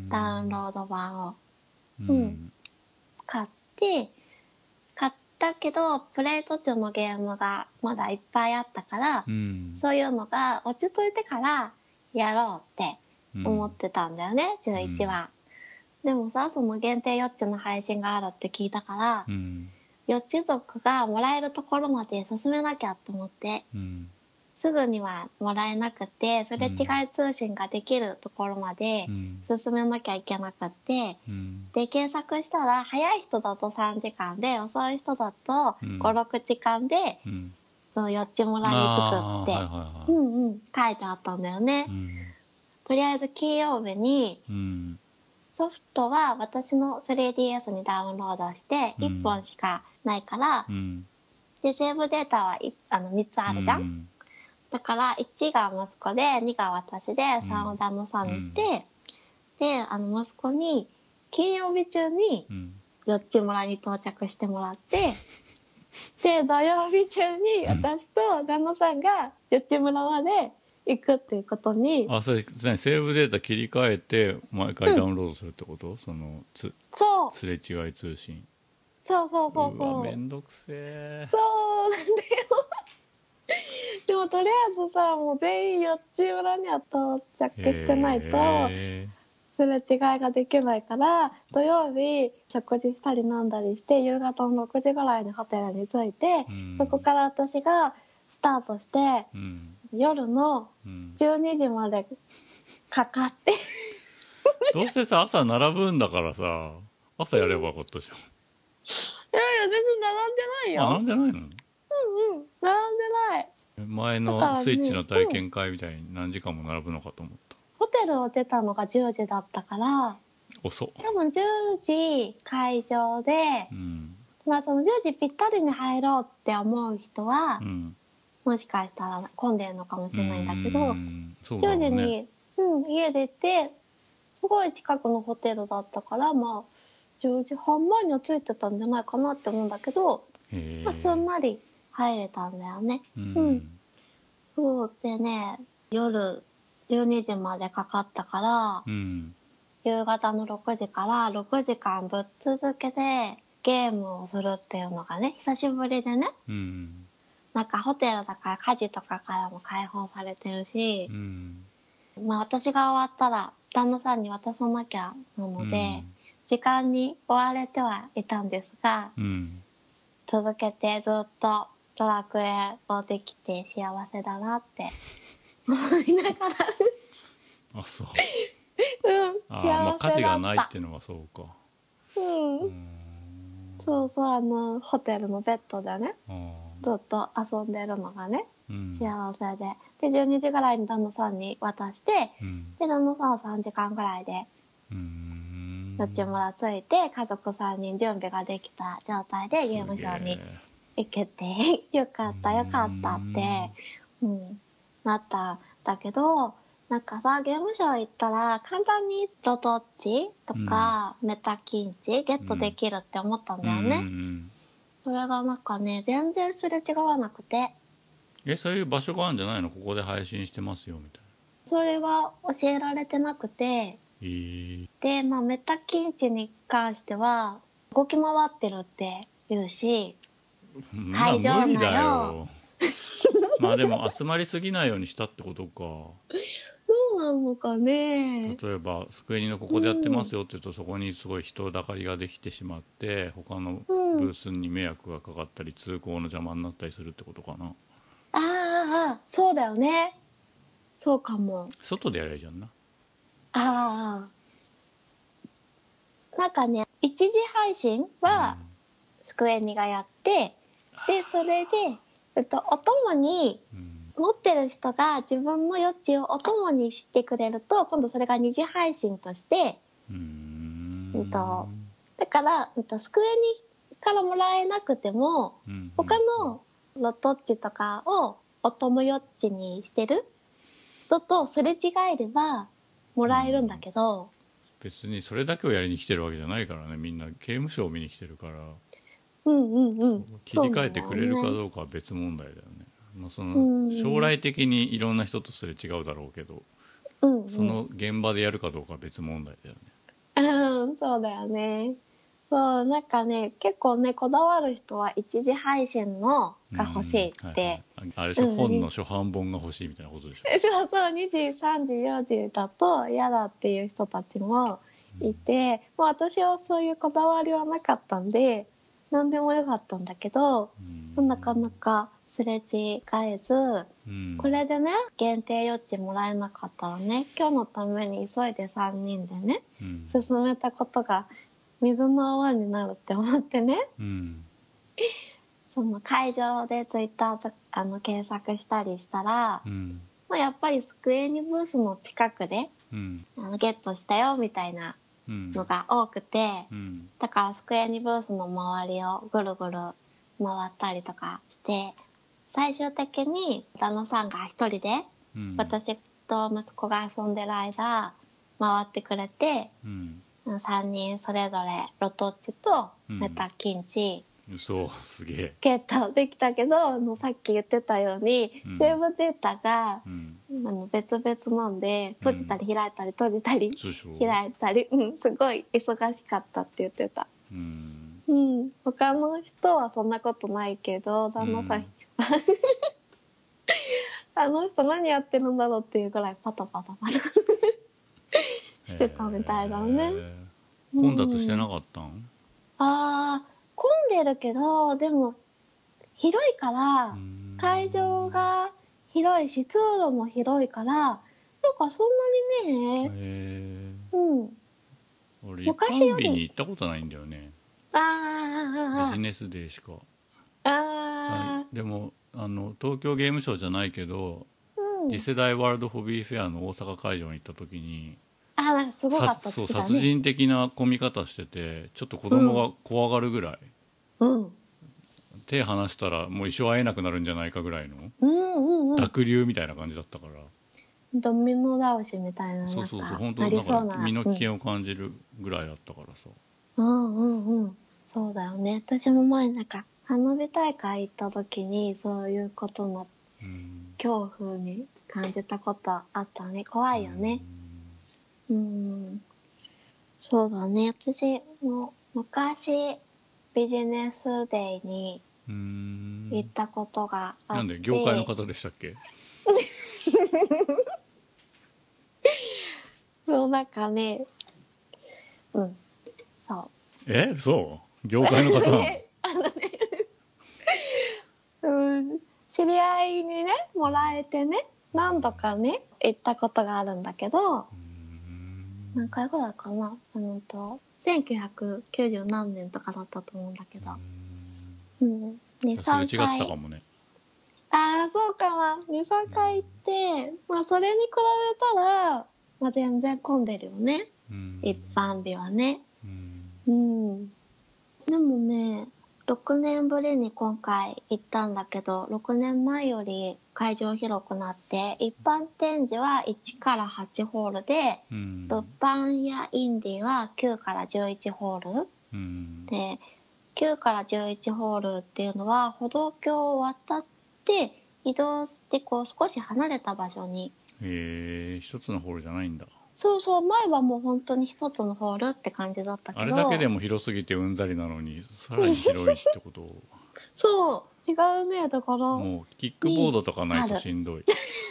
ダウンロード版を、うんうん、買って買ったけどプレイ途中のゲームがまだいっぱいあったから、うん、そういうのが落ち着いてからやろうって思ってたんだよね、うん、じゅういちは、うん、でもさその限定ヨッチの配信があるって聞いたから、うん、ヨッチ族がもらえるところまで進めなきゃと思って、うん、すぐにはもらえなくてすれ違い通信ができるところまで進めなきゃいけなくて、うん、で検索したら早い人だとさんじかんで遅い人だとごろくじかんで、うん、そのヨッチ村に着くって、はいはいはい、うんうん、書いてあったんだよね、うん、とりあえず金曜日に、うん、ソフトは私の スリーディーエス にダウンロードしていっぽんしかないから、うん、でセーブデータはあのみっつあるじゃん、うん、だからいちが息子でにが私でさんを旦那さんにして、うん、であの息子に金曜日中にヨッチ村に到着してもらって、で土曜日中に私と旦那さんがヨッチ村まで行くっていうことに、 あ、それセーブデータ切り替えて毎回ダウンロードするってこと、うん、そのつそうすれ違い通信、 そうそうそうそう、 うわめんどくせえ、 そうなんだよでもとりあえずさもう全員ヨッチ村には到着してないとすれ違いができないから、土曜日食事したり飲んだりして夕方のろくじぐらいにホテルに着いて、うん、そこから私がスタートして、うん、夜のじゅうにじまでかかって、 うん、どうせさ朝並ぶんだからさ朝やればよかったじゃん。いやいや全然並んでないよ。 あ、並んでないの？ うんうん並んでない。 前のスイッチの体験会みたいに何時間も並ぶのかと思った、 ホテルを出たのがじゅうじだったから遅っ、 多分じゅうじ会場で、うん、まあそのじゅうじぴったりに入ろうって思う人は、うん、もしかしたら混んでるのかもしれないんだけど、そうだろうね、じゅうじに、うん、家出てすごい近くのホテルだったからまあじゅうじはん前には着いてたんじゃないかなって思うんだけど、まあ、すんなり入れたんだよね、うん、うん、そうでね夜じゅうにじまでかかったから、うん、夕方のろくじからろくじかんぶっ続けでゲームをするっていうのがね久しぶりでね、うん、 なんかホテルだから家事とかからも解放されてるしう、んまあ私が終わったら旦那さんに渡さなきゃなので、 うん時間に追われてはいたんですが、 うん続けてずっとドラクエをできて幸せだなって思いながらあそううんあ幸まあ家事せだがないっった。 ていうのはそうか。 うんうーんそうそう、あのホテルのベッドでねあずっと遊んでるのがねうん幸せで、でじゅうにじぐらいに旦那さんに渡して、 うんで旦那さんはさんじかんぐらいでうーんどっちもらついて家族さんにん準備ができた状態でゲームショーに行けてよかったよかったって、うん、なったんだけど、なんかさゲームショー行ったら簡単にロトッチとか、メタキンチゲットできるって思ったんだよね、 うんうんそれがなんかね全然すれ違わなくて、 えそういう場所があるんじゃないの？ここで配信してますよみたいそれは教えられてなくて、 な。えー、 で、まあ、メタキンチに関しては動き回ってるって言うし、 まあ会場無理だ内をよまあでも集まりすぎないようにしたってことか。 どうなのかね。 例えばスクエニのここでやってますよって言うと、そこにすごい人だかりができてしまって他のうん、 ブースに迷惑がかかったり通行の邪魔になったりするってことかな。 あーあ、そうだよね。そうかも。 外でやればいいじゃんな。 ああ。なんかね、一時配信はスクエニがやって、で、それで、えっと、お供にうん持ってる人が自分の余地をお供にしてくれると、今度それが二次配信として、 うーんうんと、だから、うんと、スクエニからもらえなくても、 うん他のロトッチとかをお供余地にしてる人とすれ違えればもらえるんだけど、 別にそれだけをやりに来てるわけじゃないからね。みんな刑務所を見に来てるから、 うんうんうん。 切り替えてくれるかうどうかは別問題だよね。まあ、そうんの将来的にいろんな人とすれ違うだろうけど、 うんうん、 その現場でやるかどうかは別問題だよね。 うん、そうだよね。そう、なんかね、結構ね、こだわる人は一時配信のが欲しいって。 うんはいはい、あれでしょ、 うんうん、 本の初版本が欲しいみたいなことでしょ。 そうそう、にじ、さんじ、よじだと嫌だっていう人たちもいて、うん、まあ私はそういうこだわりはなかったんで、何でもよかったんだけど、うん、なかなかすれ違えず、うん、これでね、限定余地もらえなかったらね、今日のために急いでさんにんでね、うん、進めたことが水の泡になるって思ってね、うん、その会場でツイッターとあの検索したりしたら、うんまあ、やっぱりスクエニブースの近くで、うん、あのゲットしたよみたいなのが多くて、うん、だからスクエニブースの周りをぐるぐる回ったりとかして最終的に旦那さんが一人で、うん、私と息子が遊んでる間回ってくれて、うんさんにんそれぞれロトッチとメタキンチ、 うん、そうすげえゲットできたけどあのさっき言ってたように、うん、セーブデータが、うん、あの別々なんで閉じたり開いたり閉じたり、うん、開いたり、うん、すごい忙しかったって言ってた、うんうん、他の人はそんなことないけど旦那さん、うん、あの人何やってるんだろうっていうぐらいパタパタパタしてたみたいだね。 混雑してなかったん？うん、 あー混んでるけどでも広いから会場が広いし通路も広いからなんかそんなにね、へー、うん、 俺一般日に行ったことないんだよね。 あビジネスデーしか。 あでもあの東京ゲームショウじゃないけど、うん、次世代ワールドホビーフェアの大阪会場に行った時にあなんかすごかったですね。 そう殺人的な混み方しててちょっと子供が怖がるぐらい、うん、手離したらもう一生会えなくなるんじゃないかぐらいの、うんうんうん、濁流みたいな感じだったからドミノ倒しみたいなそうそうそう本当なんか身の危険を感じるぐらいだったからさ、 うんうんうんそうだよね。私も前なんか花火大会行った時にそういうことの恐怖に感じたことあったね。怖いよね。うん、うんそうだね。私も昔ビジネスデーに行行ったことがあって、 なんで業界の方でしたっけ？ そうなんかね、うんそうえそう業界の方なの？ ねあのねうん知り合いにねもらえてね何度かね行ったことがあるんだけど、何回ぐらいかな、うんとせんきゅうひゃくきゅうじゅう何年とかだったと思うんだけど、うんに、 すれ違っ 3 て回たかもね。 ああそうかな、に、さんかい行って、まあそれに比べたら、まあ、全然混んでるよね、一般日はね。うんでもねろくねんぶりに今回行ったんだけど、ろくねんまえより会場広くなって、一般展示はいちからはちホールで、 うん、 物販やインディーはきゅうからじゅういちホール、うん、できゅうからじゅういちホールっていうのは歩道橋を渡って移動してこう少し離れた場所に。 へえ、一つのホールじゃないんだ。 そうそう、前はもう本当に一つのホールって感じだったけど、 あれだけでも広すぎてうんざりなのにさらに広いってことそう違うね、だからもうキックボードとかないとしんどい。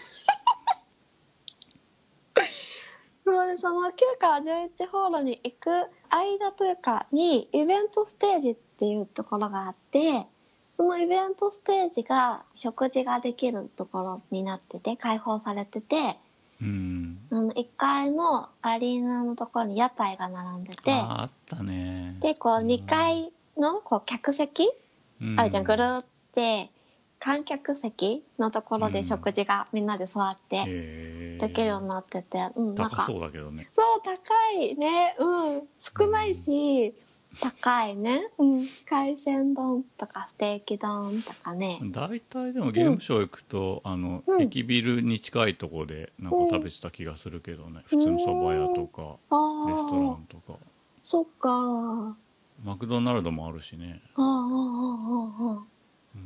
そうで、そのきゅうからじゅういちホールに行く間というかにイベントステージっていうところがあって、そのイベントステージが食事ができるところになってて開放されてて、うん、あのいっかいのアリーナのところに屋台が並んでて、 ああったね。 でこうにかいのこう客席、うん、あるじゃん、ぐるって観客席のところで食事がみんなで座ってできるようになってて、うん、なんか高そうだけどね。 そう高いね、うん少ないし、うん、高いね、うん、海鮮丼とかステーキ丼とかね。 大体でもゲームショー行くと、うん、あの、うん、駅ビルに近いところでなんか食べてた気がするけどね、うん、普通のそば屋とかレストランとか。 そっか、 マクドナルドもあるしね。 ああああああ、うん、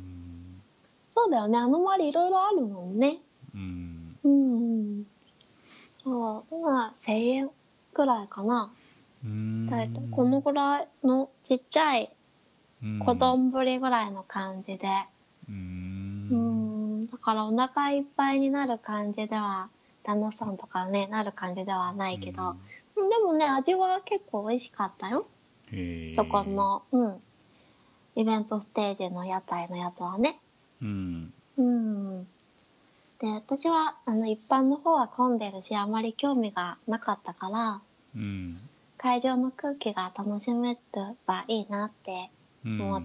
そうだよね、あの周りいろいろあるもんね。うんうんそうまあせんえんくらいかな。だいたいこのぐらいのちっちゃい小丼ぐらいの感じで、うーん、うーんだからお腹いっぱいになる感じでは楽しそうとかねなる感じではないけど、でもね味は結構美味しかったよ。へそこの、うん、イベントステージの屋台のやつはね。うん、うんで私はあの一般の方は混んでるしあまり興味がなかったから、うん、会場の空気が楽しめればいいなって思って、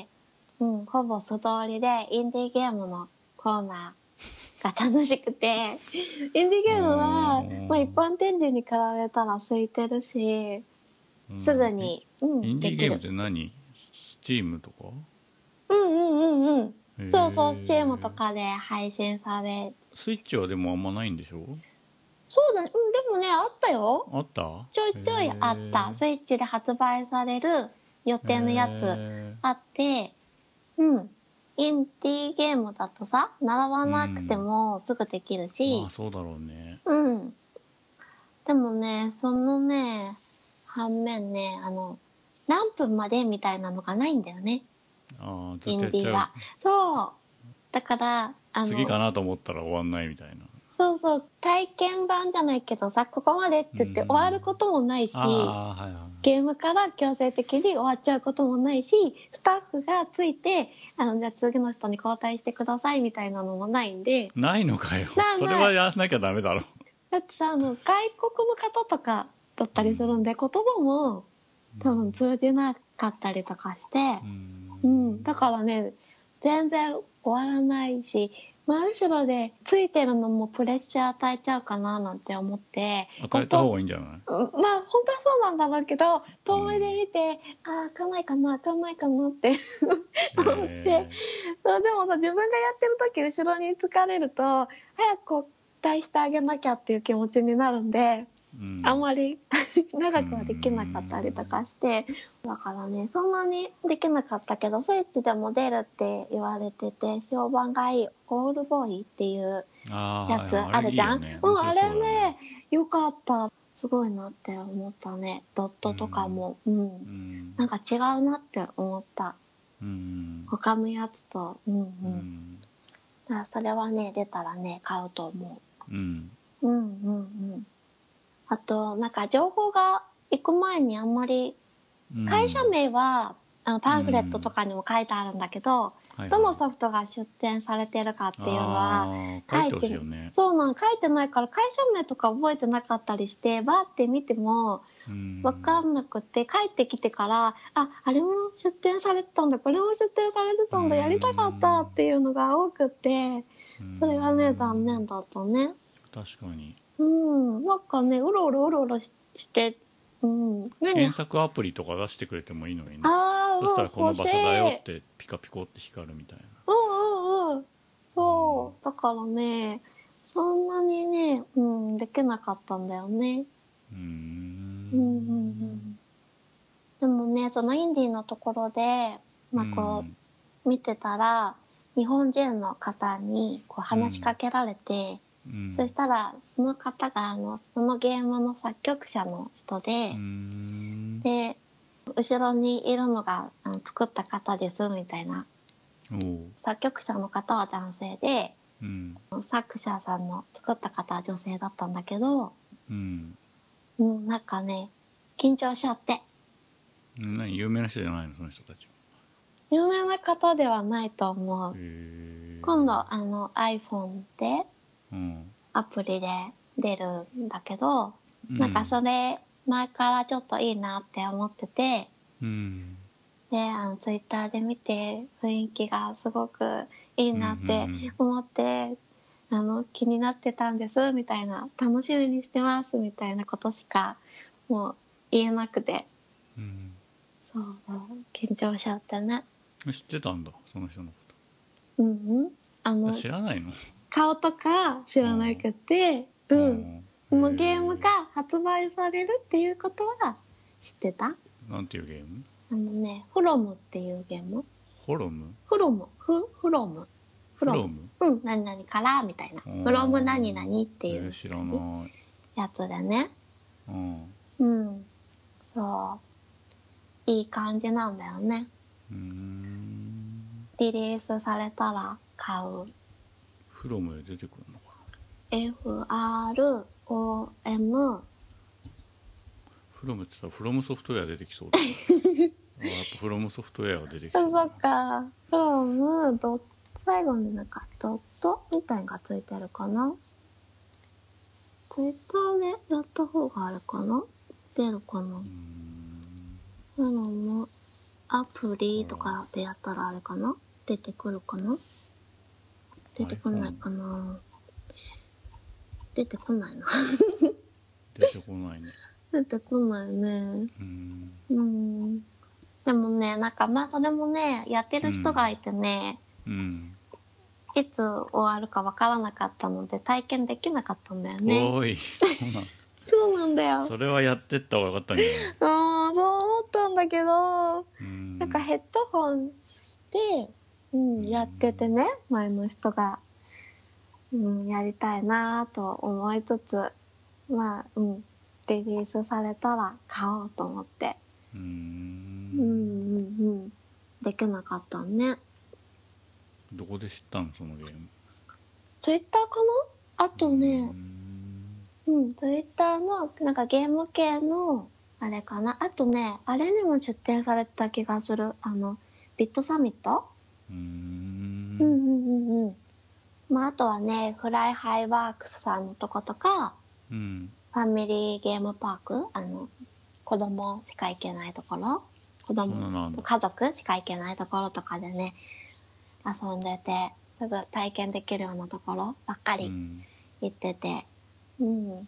うんうん、ほぼ素通りでインディーゲームのコーナーが楽しくてインディーゲームは、まあ、一般展示に比べたら空いてるし、すぐに、うん、 インディーゲームって何？スチームとか？ うんうんうんうんそうそう、スチームとかで配信され。 スイッチはでもあんまないんでしょ？ そうだね、うん、でもねあったよ。 あった？ ちょいちょいあった。スイッチで発売される予定のやつあって、うん。インディーゲームだとさ、並ばなくてもすぐできるし。 うん、まあそうだろうね。 うん。でもね、そのね、反面ね、あの、何分までみたいなのがないんだよね。 ああ、ずっとやっちゃう。インディーは。 そう。だから、 あの、次かなと思ったら終わんないみたいな。 そうそう、体験版じゃないけどさ、ここまでって言って終わることもないし、はいはい、ゲームから強制的に終わっちゃうこともないし、スタッフがついて、あの、じゃあ次の人に交代してくださいみたいなのもないんで。 ないのかよ。それはやらなきゃダメだろ。 だってさ、あの、外国の方とかだったりするんで、言葉も多分通じなかったりとかして、うん、うん、だからね、全然終わらないし、真後ろでついてるのもプレッシャー与えちゃうかななんて思って。 与えた方がいいんじゃない？まあ本当はそうなんだろうけど、遠目で見て、うん、あ開かないかな開かないかなって思って、でもさ自分がやってる時後ろに疲れると早く交代してあげなきゃっていう気持ちになるんで、うん、あんまり長くはできなかったりとかして、だからねそんなにできなかったけど、スイッチでも出るって言われてて評判がいいオールボーイっていうやつあるじゃん。うん、あれねよかった、すごいなって思ったね。ドットとかも、うん、うん、なんか違うなって思った。 うん他のやつと、うんうん。 うん、 だからそれはね、出たらね、買うと思うんう。うんうんうん。あと、なんか情報が行く前にあんまり、 うん、 会社名は、あのパンフレットとかにも書いてあるんだけど、 はいはい、 どのソフトが出展されてるかっていうのはあー書いてほしいよね。 そうなん、書いてないから会社名とか覚えてなかったりして、バーって見てもうんわかんなくて、帰ってきてから、あ、あれも出展されてたんだ、これも出展されてたんだ、やりたかったっていうのが多くて、それがね、残念だったね。 確かに。 うん、なんかね、うろうろうろうろしして、うん、 検索アプリとか出してくれてもいいのにね。 あそしたらこの場所だよ欲しいってピカピコって光るみたいな。 うんうんうん。そう。だからね、そんなにね、うん、できなかったんだよね。 うーん。 うんうんうん。でもね、そのインディーのところで、まあこうんう、見てたら、日本人の方にこう話しかけられて、 うん、 そしたら、その方が、あの、そのゲームの作曲者の人で、 うーんで、後ろにいるのがあの作った方です、みたいな。 おう、 作曲者の方は男性で、 うん、 作者さんの作った方は女性だったんだけど、 うん、 うん、なんかね、緊張しちゃって。 何有名な人じゃないのその人たちは。 有名な方ではないと思う。 へー今度、あの、iPhone で、 うんアプリで出るんだけど、 うん、 なんかそれ、前からちょっといいなって思ってて、 うんで、あの、ツイッターで見て、雰囲気がすごくいいなって思って、あの、気になってたんです、みたいな、楽しみにしてます、みたいなことしか、もう言えなくて、 うん、 そう、緊張しちゃってね。 知ってたんだその人のこうんうん。あと。 の、 知らないの。 顔とか知らなくて、う。 うんこのゲームが発売されるっていうことは知ってた？ なんていうゲーム？ あのね、フロムっていうゲーム。 ホロム？ フロム、フ、フロム。 フロム？ うん、何々からみたいな。フロム何々っていう、 えー、知らないやつでね。 うん、 うん。そう。いい感じなんだよね。 うーん、 リリースされたら買う。 フロムで出てくるのかな。 エフアールオーエムフロムって言ったらフロムソフトウェア出てきそうだ、ね、あやっぱフロムソフトウェアが出てきそうそっか。フロム、ドット、最後になんかドットみたいのがついてるかな。ツイッターでやった方があるかな、出るかな。 うーん、 フロム、アプリとかでやったらあれかな、出てくるかな、出てこないかな。出てこないな。 出てこないね。 出てこないね。 うーん、 うん。でもね、なんかまあそれもね、やってる人がいてね、 うん、 いつ終わるかわからなかったので体験できなかったんだよね。 おーい、そうなんそうなんだよ。 それはやってった方がよかったんじゃない？ ああ、そう思ったんだけど、 うーん、 なんかヘッドホンして、うん、やっててね、前の人が。うん、やりたいなぁと思いつつ、まあ、うん、リリースされたら買おうと思って。 うーん、 うんうんうん。できなかったね。 どこで知ったのそのゲーム？ ツイッターかな？あとね、 うーん、 うん、ツイッターの、なんかゲーム系の、あれかな。あとね、あれにも出展されてた気がする。あの、ビットサミット？ うーん、 うんうんうんうん。まあ、あとはね、フライハイワークスさんのとことか、 うん、 ファミリーゲームパーク、あの、子供しか行けないところ、子そんなのあ供、 んだ家族しか行けないところとかでね、遊んでて、すぐ体験できるようなところばっかりうん行ってて、うん。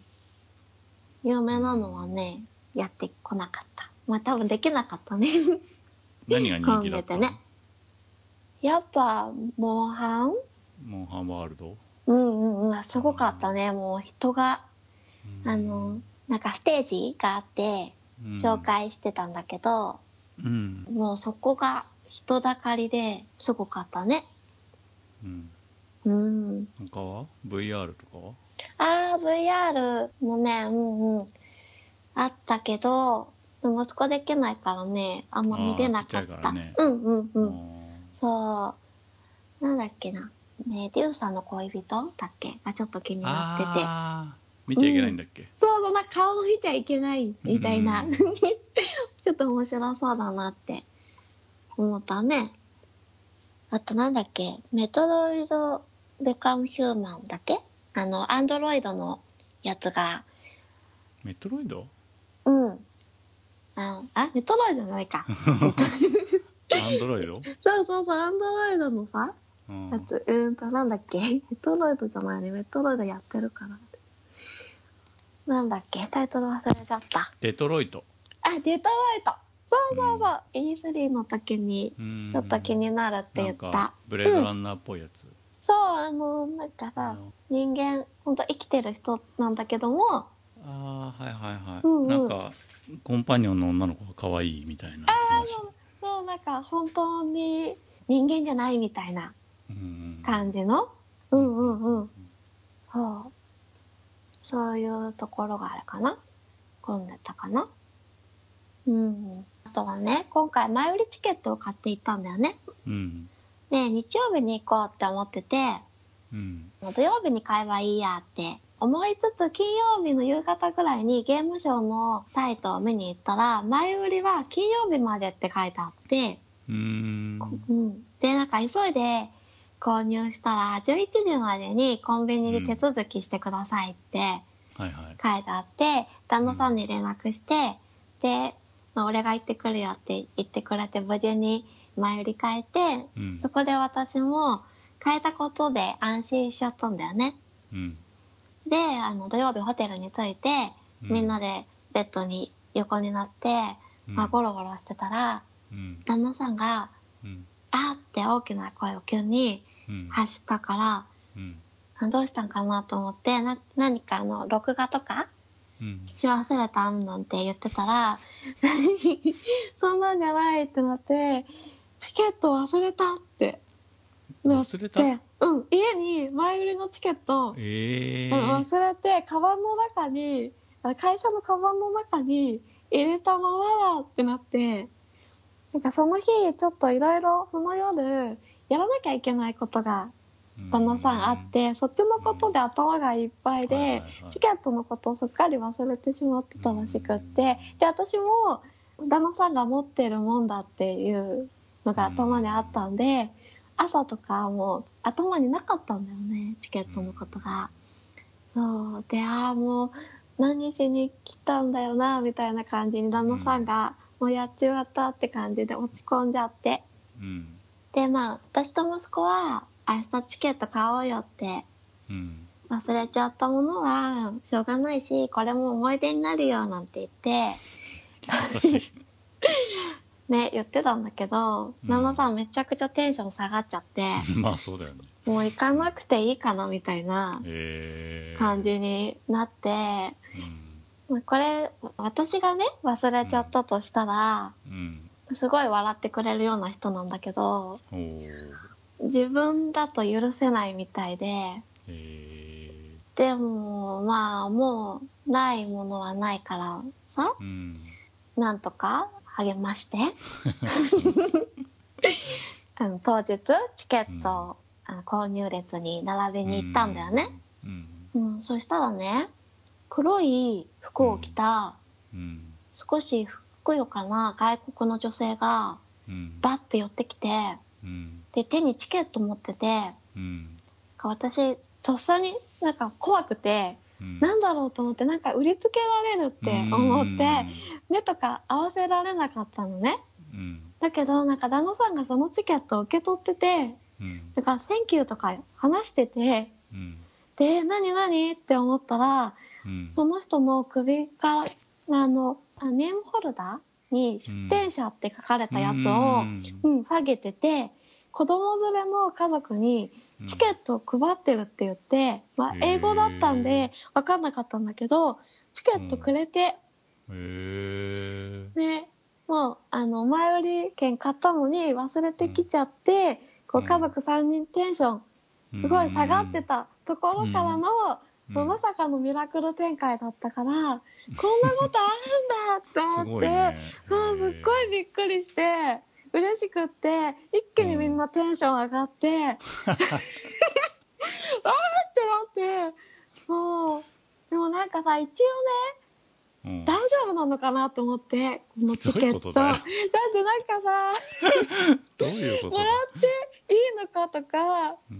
有名なのはね、やってこなかった。まあ多分できなかったね。 何が人気だったの？ 混んでてね。やっぱ、モンハン？ モンハンワールド？ うんうんうん、すごかったね。もう人が、あの、なんかステージがあって、紹介してたんだけど、 うん、 もうそこが人だかりですごかったね。 うんうん。 他は ブイアール とかは？ あー、ブイアール もね、うんうん、あったけど、 でも息子できないからね、あんま見れなかった。 あーちっちゃいからね。 うんうんうあん。そう。なんだっけな。ねデューさんの恋人だっけがちょっと気になってて。 あー見ちゃいけないんだっけ、 うん、そうそう、なんか顔見ちゃいけないみたいな。 うん、 ちょっと面白そうだなって思ったね。あとなんだっけ、メトロイドベカムヒューマンだっけ、あの、アンドロイドのやつが。 メトロイドうん。あ、あメトロイドじゃないか。 アンドロイドそうそうそう、アンドロイドのさ、 うん、 あと、うーんと、なんだっけ、メトロイドじゃないね、メトロイドやってるから。なんだっけ、タイトル忘れちゃった。 デトロイト。 あ、デトロイト。そうそうそう、うん、イースリー の時に、ちょっと気になるって言った。なんかブレードランナーっぽいやつ。うん、 そう、あの、なんかさ、人間、ほんと生きてる人なんだけども、 ああ、はいはいはい。 うんうん、 なんか、コンパニオンの女の子が可愛いみたいな話。 ああ、そう、なんか本当に人間じゃないみたいな感じの、うんうんうん。そう。そういうところがあるかな。混んでたかな。うん。あとはね、今回前売りチケットを買っていったんだよね。 うん。 で、日曜日に行こうって思ってて、 うん、 土曜日に買えばいいやって思いつつ、金曜日の夕方ぐらいにゲームショーのサイトを見に行ったら、前売りは金曜日までって書いてあって、 うーん、 うん、で、なんか急いで購入したら、じゅういちじまでにコンビニで手続きしてくださいって書いてあって、うんはいはい、旦那さんに連絡して、で、まあ、俺が行ってくるよって言ってくれて、無事に前売り買えて、うん、そこで私も買えたことで安心しちゃったんだよね。うん、で、あの土曜日ホテルに着いて、うん、みんなでベッドに横になって、うんまあ、ゴロゴロしてたら、うん、旦那さんが、うん、あーって大きな声を急に発したから、うんうん、どうしたんかなと思って、な何かあの録画とか、うん、し忘れたんなんて言ってたらそんなんじゃないってなって、チケット忘れたってなって、 忘れた？ うん、家に前売りのチケット、えー、忘れて、カバンの中に、会社のカバンの中に入れたままだってなって、なんかその日ちょっといろいろその夜やらなきゃいけないことが旦那さんあって、そっちのことで頭がいっぱいで、チケットのことをすっかり忘れてしまってたらしくって、で私も旦那さんが持ってるもんだっていうのが頭にあったんで、朝とかも頭になかったんだよね、チケットのことが。そうで、ああもう何しに来たんだよなみたいな感じに旦那さんがもうやっちまったって感じで落ち込んじゃって、うん、でまあ私と息子は明日チケット買おうよって、うん、忘れちゃったものはしょうがないし、これも思い出になるよなんて言ってね言ってたんだけど、うん、旦那さんめちゃくちゃテンション下がっちゃってまあそうだよね、 もう行かなくていいかなみたいな感じになって、えーうん、これ私がね忘れちゃったとしたら、うんうん、すごい笑ってくれるような人なんだけど、自分だと許せないみたいで、えー、でもまあもうないものはないからさ、うん、なんとか励ましてあの当日チケット、うんあの購入列に並びに行ったんだよね、うんうんうん、そしたらね黒い服を着た、うんうん、少しふくよかな外国の女性が、うん、バッて寄ってきて、うん、で手にチケット持ってて、うん、私とっさになんか怖くて、うん、なんだろうと思って、なんか売りつけられるって思って、うん、目とか合わせられなかったのね、うん、だけどなんか旦那さんがそのチケットを受け取ってて、うん、だからセンキューとか話してて、うん、で何何って思ったら、うん、その人の首からあのネームホルダーに出店者って書かれたやつを、うんうん、下げてて、子供連れの家族にチケットを配ってるって言って、まあ、英語だったんで分かんなかったんだけどチケットくれて、うん、でもうあの前売り券買ったのに忘れてきちゃって、こう家族さんにんテンションすごい下がってたところからのもうまさかのミラクル展開だったから、こんなことあるんだって思って、 すごいね、 そう、すっごいびっくりして、嬉しくって、一気にみんなテンション上がって、うん、あーってなって、そう。でもなんかさ、一応ね、うん、大丈夫なのかなと思って、このチケット。だってなんかさ、 どういうことだもらっていいのかとか、うん、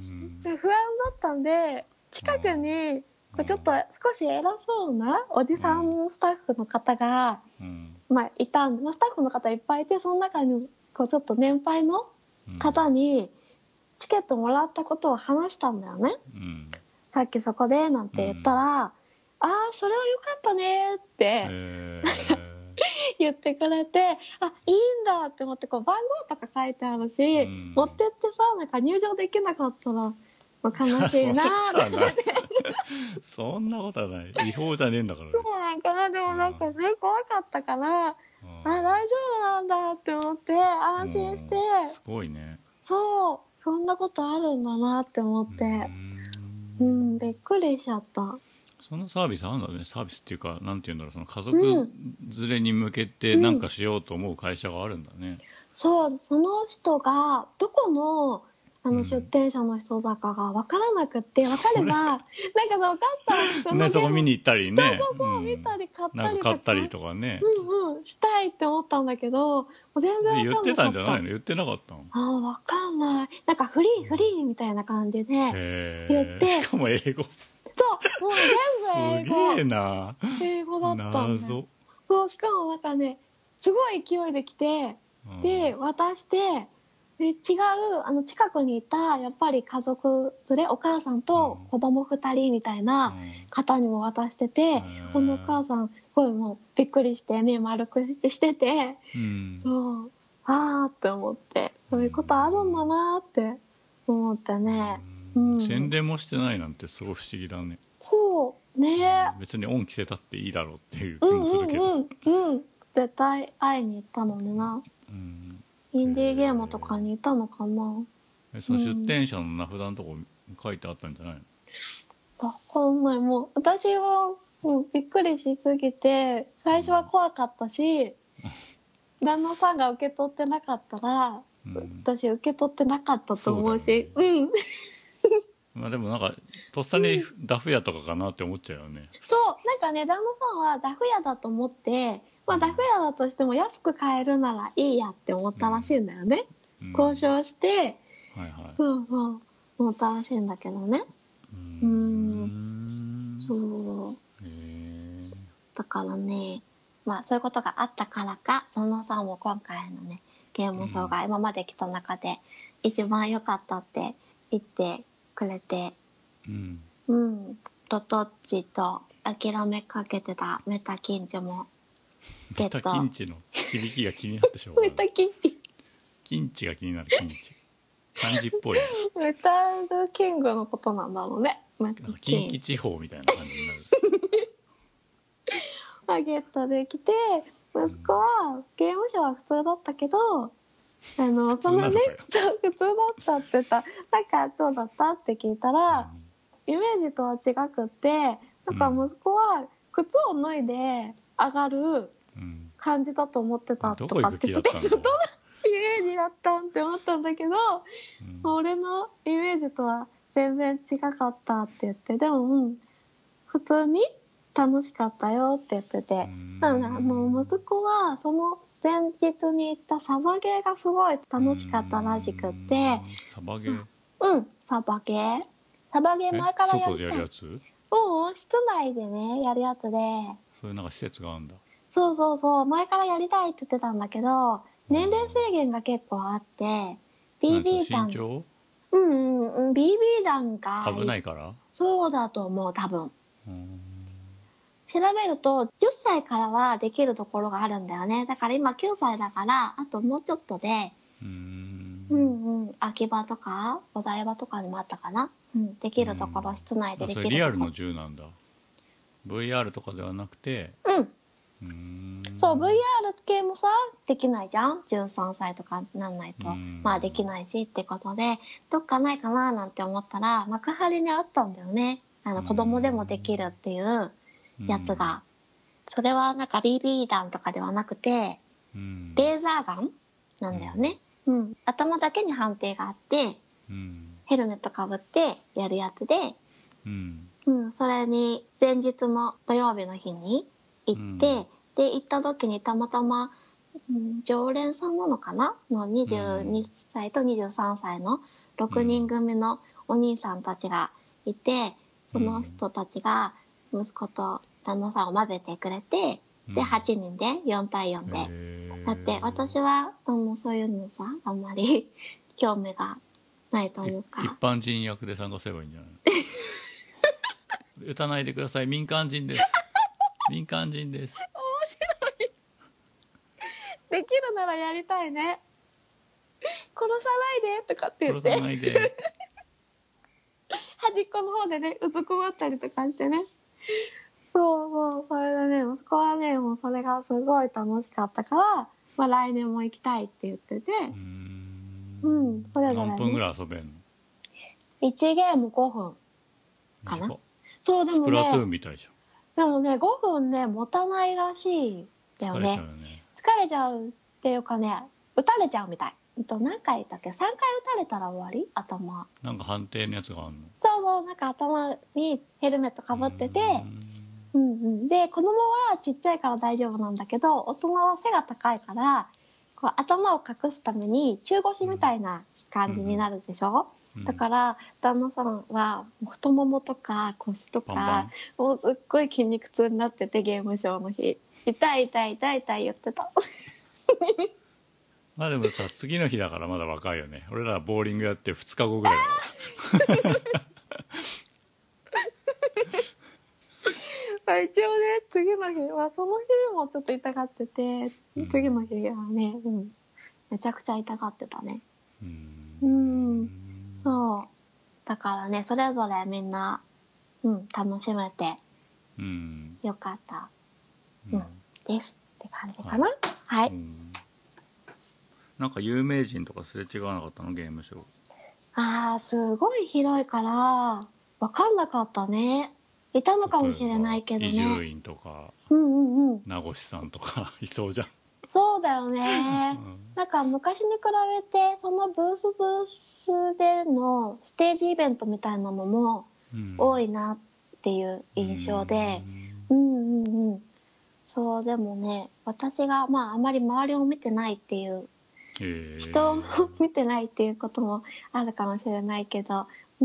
不安だったんで、近くに、こうちょっと少し偉そうなおじさんスタッフの方が、うん、まあいたんで、スタッフの方いっぱいいて、その中にこうちょっと年配の方にチケットもらったことを話したんだよね。うん、さっきそこでなんて言ったら、うん、ああ、それはよかったねって、えー、言ってくれて、あ、いいんだって思って、こう番号とか書いてあるし、うん、持ってってさ、なんか入場できなかったら、まあ、悲しいなーって。 そんなことはない。違法じゃねえんだから。 そうなんかな、でもなんかね、怖かったから、あ、大丈夫なんだって思って、安心して。 すごいね。 そう、そんなことあるんだなって思って、うん、うん、びっくりしちゃった。 そのサービスあるんだね。サービスっていうか、なんていうんだろう、その家族連れに向けて何かしようと思う会社があるんだね。うんうん、 そう、その人が、どこの、あの出店者の人だかが分からなくって、分かれば、なんか分かったね、そこ見に行ったりね。 そうそうそう、うん、見たり買ったりとか。 なんか買ったりとかね。 うんうん、したいって思ったんだけど、もう全然分かんなかった。 言ってたんじゃないの？言ってなかったの？ ああ、分かんない。なんかフリーフリーみたいな感じで言って。 しかも英語。 そう、もう全部英語。 すげえな。 英語だったんだよ。そう、しかもなんかね、すごい勢いで来て、で、渡して、で違うあの近くにいたやっぱり家族連れ、お母さんと子供ふたりみたいな方にも渡してて、うん、そのお母さんすごいもうびっくりして目丸くしてて、うん、そうあーって思って、そういうことあるんだなって思ってね、 うんうん、宣伝もしてないなんてすごい不思議だね。 そうね、 別に恩着せたっていいだろうっていう気もするけど、 うんうんうん、うん、絶対会いに行ったのにな、うん、インディーゲームとかにいたのかな。 え、その出店者の名札のとこ書いてあったんじゃないの？ わかんない。もう私はもうびっくりしすぎて、最初は怖かったし、旦那さんが受け取ってなかったら、うん、私受け取ってなかったと思うし、う、ね、 うん。まあでもなんかとっさにダフ屋とかかなって思っちゃうよね。 そう、なんかね、旦那さんはダフ屋だと思って、まあダフ屋だとしても安く買えるならいいやって思ったらしいんだよね。うん、交渉して、はいはい、そうそう思ったらしいんだけどね。うーん、そう。へだからね、まあそういうことがあったからか、旦那さんも今回のね、ゲームショーが今まで来た中で一番良かったって言ってくれて、うん、うん、ロトッチと諦めかけてたメタキンチもゲット。 メタキンチの響きが気になってしょうがない。 メタキンチ。 キンチが気になる、キンチ。漢字っぽい、ね。 メタルキングのことなんだろうね。メタ近畿地方みたいな感じになる。 まあゲットできて、息子はゲームショーは普通だったけど、あのそのね、そう普通だったって言ったら、なんかどうだったって聞いたら、うん、イメージとは違くって、なんか息子は靴を脱いで上がる感じだと思ってたとかって言ってて、どんなイメージだったんって思ったんだけど、うん、俺のイメージとは全然違かったって言って、でも、うん、普通に楽しかったよって言ってて、だからもう息子はその前日に行ったサバゲーがすごい楽しかったらしくって、 サバゲー？ うん、サバゲー。サバゲー前からやりたい。 外でやるやつ？ うん、室内でね、やるやつで。 そういうなんか施設があるんだ。 そうそうそう、前からやりたいって言ってたんだけど、年齢制限が結構あって、ビービー 弾。 身長？ うんうん、ビービー 弾が。 危ないから？ そうだと思う、多分。うん調べるとじゅっさいからはできるところがあるんだよね。だから今きゅうさいだから、あともうちょっとで、うーんうんうん、秋葉とかお台場とかにもあったかな、うん、できるところ、室内でできるところ。それリアルの銃なんだ。 ブイアール とかではなくて、 うん、うーんそう ブイアール 系もさできないじゃん、じゅうさんさいとかなんないとまあできないしってことで、どっかないかななんて思ったら幕張にあったんだよね。 あの子供でもできるっていうやつが、それはなんか ビービー 弾とかではなくて、 うん、 レーザーガンなんだよね。うん。頭だけに判定があって、 うん、 ヘルメットかぶってやるやつで、 うん、 うん、それに前日の土曜日の日に行って、うん、で、行った時にたまたま、うん、常連さんなのかなのにじゅうにさいとにじゅうさんさいのろくにん組のお兄さんたちがいて、その人たちが息子と旦那さんを混ぜてくれて、で、はちにんでよんたいよんでやって、私は、あの、そういうのさ、あんまり興味がないというか。 一般人役で参加すればいいんじゃない撃たないでください、民間人です民間人です。 面白いできるならやりたいね。殺さないでとかって言って、 殺さないで端っこの方でねうずくまったりとかしてね。そうそう、それでね息子はねもうそれがすごい楽しかったから、まあ、来年も行きたいって言ってて、うーん、うん、それぞれ、ね、 何分ぐらい遊べんの？ いちゲームごふんかな。そう、でもね、 スプラトゥーンみたいじゃん。でもねごふんね持たないらしいんだよね。疲れちゃうよね。疲れちゃうっていうかね、打たれちゃうみたい。何回だっけ、さんかい打たれたら終わり。頭なんか判定のやつがあるの？ そうそう、なんか頭にヘルメットかぶってて、うんうん、で子供はちっちゃいから大丈夫なんだけど、大人は背が高いからこう頭を隠すために中腰みたいな感じになるでしょ、うんうん、だから旦那さんは太ももとか腰とかバンバンもうすっごい筋肉痛になってて、ゲームショーの日痛い痛い痛い痛い言ってたまあでもさ、次の日だからまだ若いよね。俺らはボーリングやってふつかごぐらいだから一応ね、次の日はその日もちょっと痛がってて、うん、次の日はね、うん、めちゃくちゃ痛がってたね。うん、うん、そう。だからね、それぞれみんな、うん、楽しめて、うん、よかった、うん、うん、ですって感じかな。はい。はい、うん、 なんか有名人とかすれ違わなかったの、ゲームショー？ あー、すごい広いから分かんなかったね。いたのかもしれないけどね。伊集院とか、 うんうんうん、 名越さんとかいそうじゃん。 そうだよね、うん、なんか昔に比べてそのブースブースでのステージイベントみたいなのも多いなっていう印象で、うん、うんうんうんそう。でもね、私がまああまり周りを見てないっていう、人を見てないっていうこともあるかもしれないけど、うん、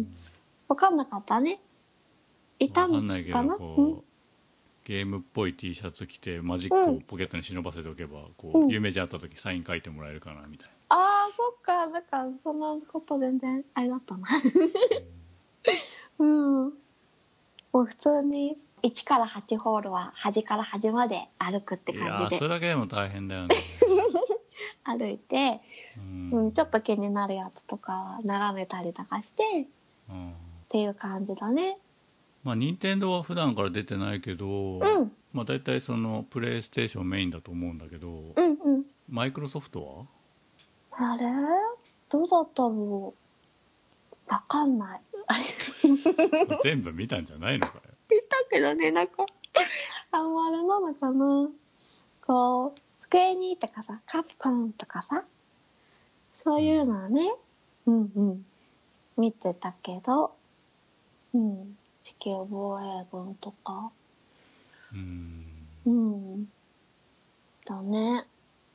分かんなかったね。いたのかな。分かんないけどこう、うん、 ゲームっぽい T シャツ着てマジックをポケットに忍ばせておけば、うん、こう有名人会った時サイン書いてもらえるかなみたいな。 あー、そっか。だからそのこと全然あれだったなうん、もう普通にいちからはちホールは端から端まで歩くって感じで。いやー、それだけでも大変だよね歩いて、うん、ちょっと気になるやつとか眺めたりとかして、うん、っていう感じだね。 まあ任天堂は普段から出てないけど、うん、まあ大体そのプレイステーションメインだと思うんだけど、うんうん、マイクロソフトはあれどうだったろう、わかんない全部見たんじゃないのかよ。 見たけどね、なんかあんまあれなのかな、こうスクエニとかさ、カプコンとかさ、そういうのはね、うんうん見てたけど、うん地球防衛軍とか、うんうんだね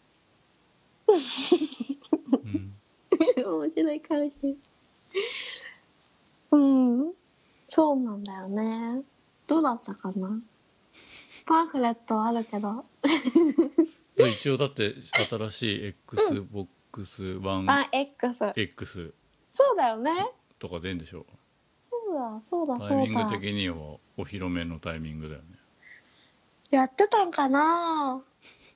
うん面白い顔してるうんそうなんだよね。どうだったかな。パンフレットあるけど一応だって新しい Xbox One X X そうだよねとか出んでしょ。 そうだそうだそうだ。 タイミング的にはお披露目のタイミングだよね。 やってたんかなも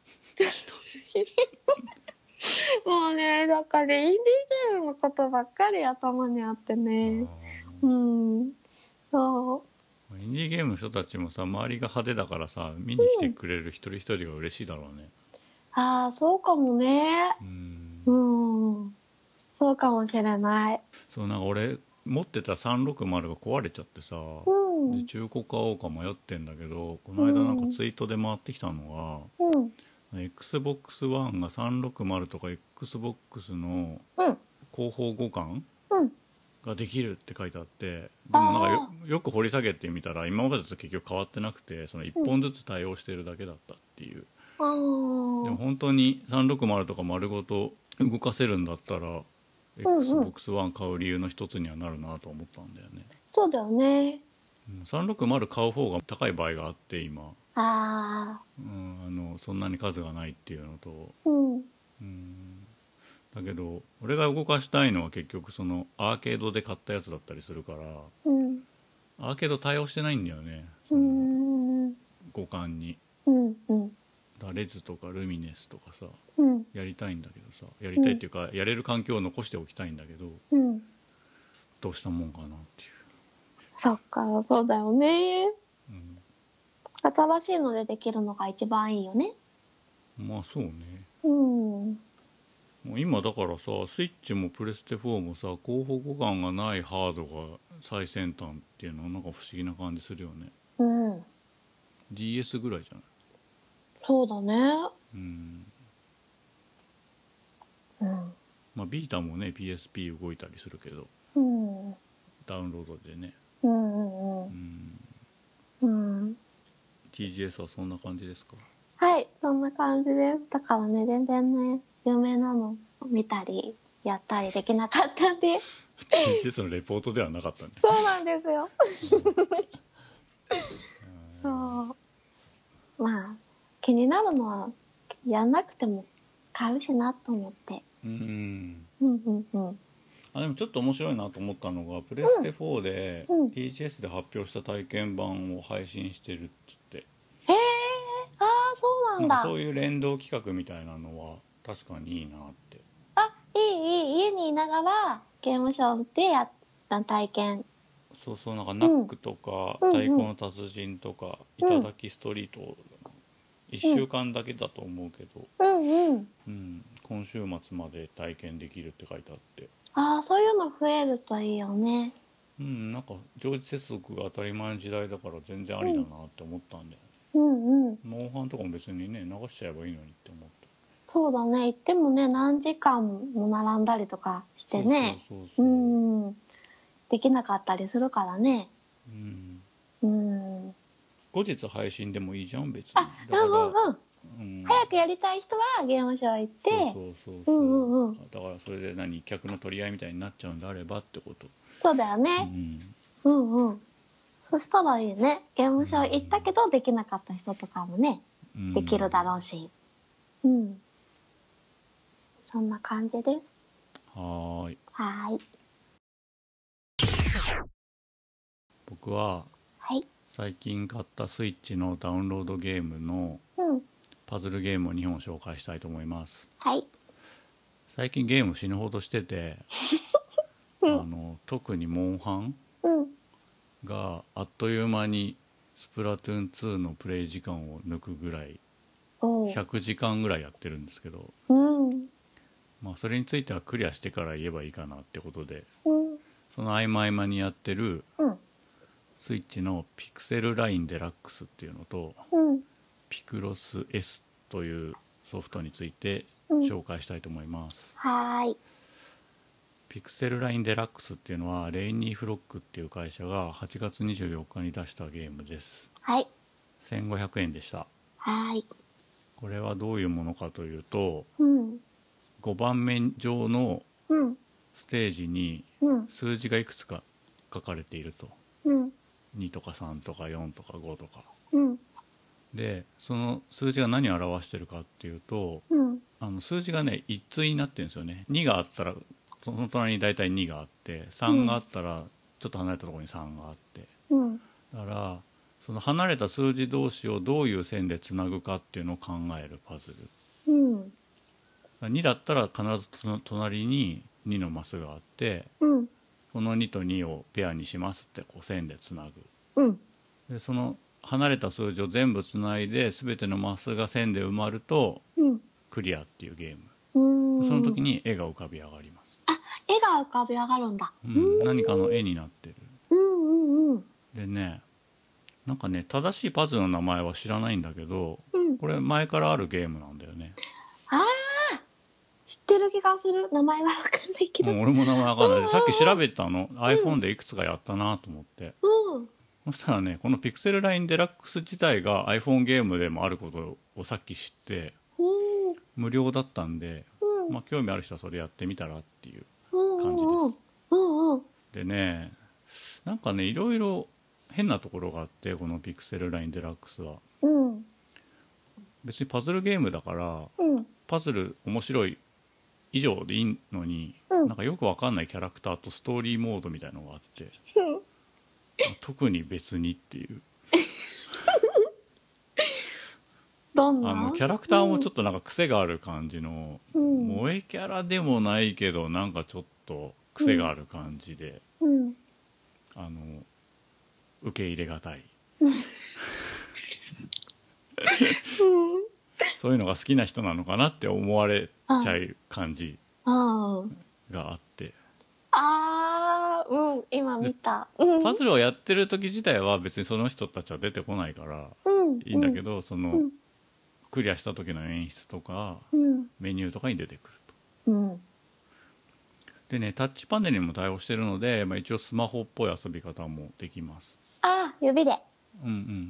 うね、だからインディーゲームのことばっかり頭にあってね。うんそうインディーゲームの人たちもさ、周りが派手だからさ、見に来てくれる一人一人が嬉しいだろうね。 うん、ああそうかもね。うん、うんそうかもしれない。 そう、なんか俺持ってたさんろくまるが壊れちゃってさ、 うんで中古買おうか迷ってんだけど、この間なんかツイートで回ってきたのが、 うんエックスボックスワン がさんろくまるとか Xbox のうん広報互換うんができるって書いてあって、でもなんか よ, あよく掘り下げてみたら今までと結局変わってなくて、そのいっぽんずつ対応してるだけだったっていう、 あーでも本当にさんろくまるとか丸ごと動かせるんだったら、 うんうんエックスボックスワン 買う理由の一つにはなるなと思ったんだよね。 そうだよね。 うんさんろくまる買う方が高い場合があって今、 あうん、あのそんなに数がないっていうのと、 あうんうんだけど俺が動かしたいのは結局そのアーケードで買ったやつだったりするから、 うんアーケード対応してないんだよね、 うーん互換に。 うんうんだレズとかルミネスとかさうんやりたいんだけどさ、やりたいっていうか、やれる環境を残しておきたいんだけど、 うんどうしたもんかなっていう、 そっか、そうだよね。 うん新しいのでできるのが一番いいよね。 まあそうね。 うんもう今だからさ、スイッチもプレステフォーもさ、広報互換がないハードが最先端っていうのはなんか不思議な感じするよね。 うんディーエス ぐらいじゃない。 そうだね。 うんうんまあビータもね ピーエスピー 動いたりするけど、 うんダウンロードでね。 うんううんんうんうんティージーエス はそんな感じですか。 はい、そんな感じです。だからね、全然ね、有名なの見たり、やったりできなかったんで。 ティージーエス のレポートではなかったんです。 そうなんですよ。そう。まあ、気になるのは、やんなくても買うしなと思って。 うんうんうんうん。 あでもちょっと面白いなと思ったのが、プレステフォーで、 うんティージーエス で発表した体験版を配信してるっつって、 へえ、ああ、そうなんだ。 なんかそういう連動企画みたいなのは確かにいいなって。 あ、いいいい、家にいながらゲームショーでやった体験。 そうそう、なんかナックとか、 うん太鼓の達人とか、 うんいただきストリート、いっしゅうかんだけだと思うけど、 うんうん。 うん、今週末まで体験できるって書いてあって、 ああ、そういうの増えるといいよね。 うん、なんか常時接続が当たり前の時代だから全然ありだなって思ったんだよね。 うんうん。 モンハンとかも別にね流しちゃえばいいのにって思って。 そうだね。行ってもね、何時間も並んだりとかしてね。 そうそうそうそう、 うん。できなかったりするからね。 うん、 うん。 後日配信でもいいじゃん別に。 あ、 だから、 うんうんうん。 うん、 早くやりたい人はゲームショー行って、 そうそうそうそう、 うんうんうんだからそれで何客の取り合いみたいになっちゃうんであればってこと。 そうだようね。 んうんうん。そしたらいいね。ゲームショー行ったけどできなかった人とかもね、 うんできるだろうし。うん。そんな感じです。 はーい。 はーい。 僕ははい。 最近買ったスイッチのダウンロードゲームのうん。 パズルゲームをにほん紹介したいと思います。 はい。 最近ゲーム死ぬほどしててあの特にモンハンうん。 があっという間にスプラトゥーンツーのプレイ時間を抜くぐらいおう。 ひゃくじかんぐらいやってるんですけど、 うん。 まあそれについてはクリアしてから言えばいいかなってことで、 うん。 その合間合間にやってるうん。 スイッチのピクセルラインデラックスっていうのとうん。 ピクロス S というソフトについてうん紹介したいと思います。 はーい。 ピクセルラインデラックスっていうのはレイニーフロックっていう会社がはちがつにじゅうよっかに出したゲームです。 はい。 せんごひゃくえんでした。 はーい。 これはどういうものかというと、 うん。 ごばんめ上のうん。 ステージにうん。 数字がいくつか書かれていると、 うん。 にとかさんとかよんとかごとかうん。 で、その数字が何を表してるかっていうと、 うん。 あの数字がね一対になってるんですよね。にがあったらその隣に大体にがあって、さんがあったらちょっと離れたところにさんがあって、 うん。 だからその離れた数字同士をどういう線でつなぐかっていうのを考えるパズル。 うん。 にだったら必ずと隣ににのマスがあって、 うん。 このにとにをペアにしますってこう線でつなうん。 ぐ。でその離れた数字を全部つないで全てのマスが線で埋まるとうん。 クリアっていうゲーム。 うん。 その時に絵が浮かび上がります。 あ、 絵が浮かび上がるんだ。 うん、何かの絵になってる。 うんうんうん。 でね、なんかね、正しいパズルの名前は知らないんだけど、 うん、 これ前からあるゲームなんだよね。 ああ、知ってる気がする。名前はわかんないけど。 うん、俺も名前わかんないで、 うんうん、 さっき調べてたの、うん、iPhone でいくつかやったなと思って、 うん、 そしたらね、このピクセルラインデラックス自体が iPhone ゲームでもあることをさっき知って、 うん、 無料だったんで、 うん、 まあ、興味ある人はそれやってみたらっていう感じです。 うんうんうん、 でね、なんかね、いろいろ変なところがあって、このピクセルラインデラックスはうん、 別にパズルゲームだから、 うん、 パズル面白い以上でいいのに、 うん、 なんかよくわかんないキャラクターとストーリーモードみたいのがあって、特に別にっていうどんなあのキャラクターもちょっとなんか癖がある感じの、 うん、 萌えキャラでもないけどなんかちょっと癖がある感じで、 うん、 あの受け入れがたいそういうのが好きな人なのかなって思われちゃう感じあがあって、 あー、うん、今見た。 パズルをやってる時自体は別にその人たちは出てこないからいいんだけど、そのクリアした時の演出とかメニューとかに出てくると。 うん、 でね、タッチパネルにも対応してるので、まあ、一応スマホっぽい遊び方もできます。 ああ、指で。 うんうん、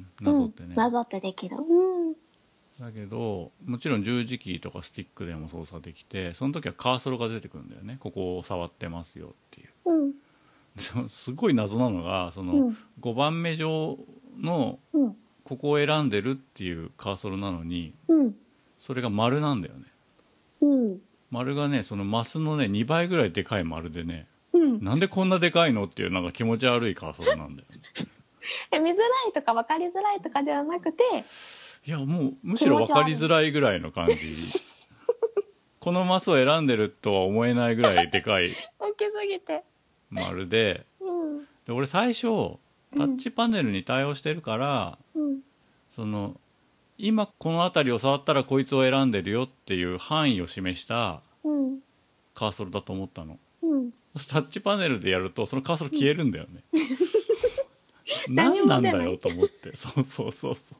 なぞってね、うん、 なぞってできる。うん。 だけどもちろん十字キーとかスティックでも操作できて、その時はカーソルが出てくるんだよね。ここを触ってますよっていう。 うん。 すごい謎なのが、そのごばんめ上のここを選んでるっていうカーソルなのに、 うん、 それが丸なんだよね。 うん、 丸がね、そのマスのねにばいぐらいでかい丸でね、 うん、 なんでこんなでかいのっていうなんか気持ち悪いカーソルなんだよね。 え、見づらいとか分かりづらいとかではなくて、 いやもうむしろ分かりづらいぐらいの感じこのマスを選んでるとは思えないぐらいでかい大きすぎて。 丸で、 うん、 で俺最初タッチパネルに対応してるから、 うん、 その今この辺りを触ったらこいつを選んでるよっていう範囲を示したカーソルだと思ったの、 うん、 タッチパネルでやるとそのカーソル消えるんだよね、うん、何なんだよと思って、そうそうそうそう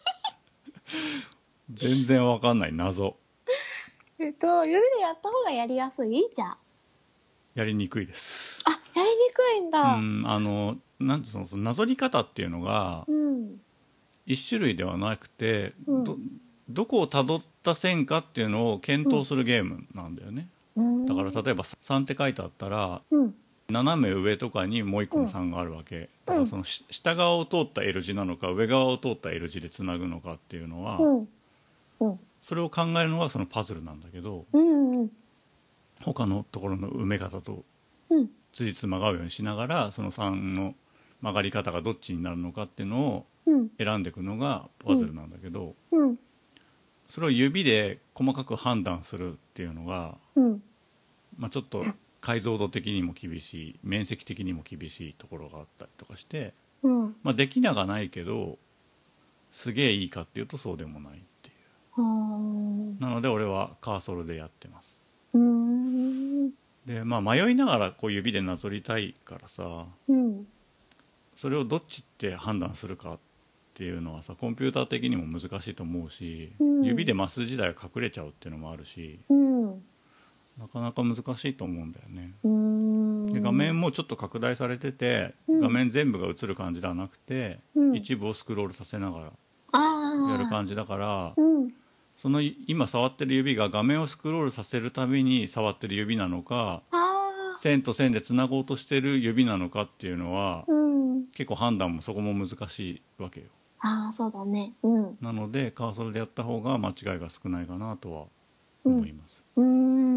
全然わかんない謎。 えっと指でやった方がやりやすいじゃあ。 やりにくいです。 あ、やりにくいんだ。 うん、あのなんていうの、そのなぞり方っていうのがうん一種類ではなくて、 うん、 どどこをたどった線かっていうのを検討するゲームなんだよね、うん、だから例えばさんって書いてあったら、うん、斜め上とかにもう一個のさんがあるわけ、うん、だからその下側を通った L 字なのか上側を通った L 字でつなぐのかっていうのは、うんうん、それを考えるのがそのパズルなんだけど、うんうん、他のところの埋め方と辻褄が合うようにしながらそのさんの曲がり方がどっちになるのかっていうのを選んでいくのがパズルなんだけど、うんうん、それを指で細かく判断するっていうのが、うんまあ、ちょっと解像度的にも厳しい、面積的にも厳しいところがあったりとかして、うんまあ、できながないけどすげえいいかっていうとそうでもないっていう。なので俺はカーソルでやってます。うーんで、まあ、迷いながらこう指でなぞりたいからさ、うん、それをどっちって判断するかっていうのはさコンピューター的にも難しいと思うし、うん、指でマス自体が隠れちゃうっていうのもあるし、うん、なかなか難しいと思うんだよね。うーんで画面もちょっと拡大されてて、うん、画面全部が映る感じではなくて、うん、一部をスクロールさせながらやる感じだから、うん、その今触ってる指が画面をスクロールさせるために触ってる指なのか、線と線でつなごうとしてる指なのかっていうのは、うん、結構判断もそこも難しいわけよ。 ああそうだね、うん、 なのでカーソルでやった方が間違いが少ないかなとは思います、 うん、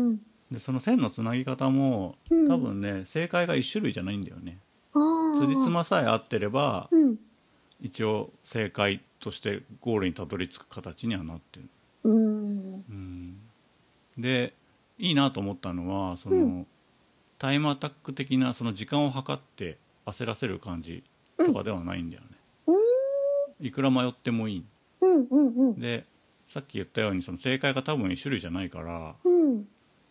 うんでその線のつなぎ方も、うん、多分ね正解が一種類じゃないんだよね。辻褄さえ合ってれば、うん、一応正解としてゴールにたどり着く形にはなってる、うんうん、でいいなと思ったのはその、うん、タイムアタック的なその時間を計って焦らせる感じとかではないんだよね、うん、いくら迷ってもいい、うんうんうん、でさっき言ったようにその正解が多分一種類じゃないから、うん、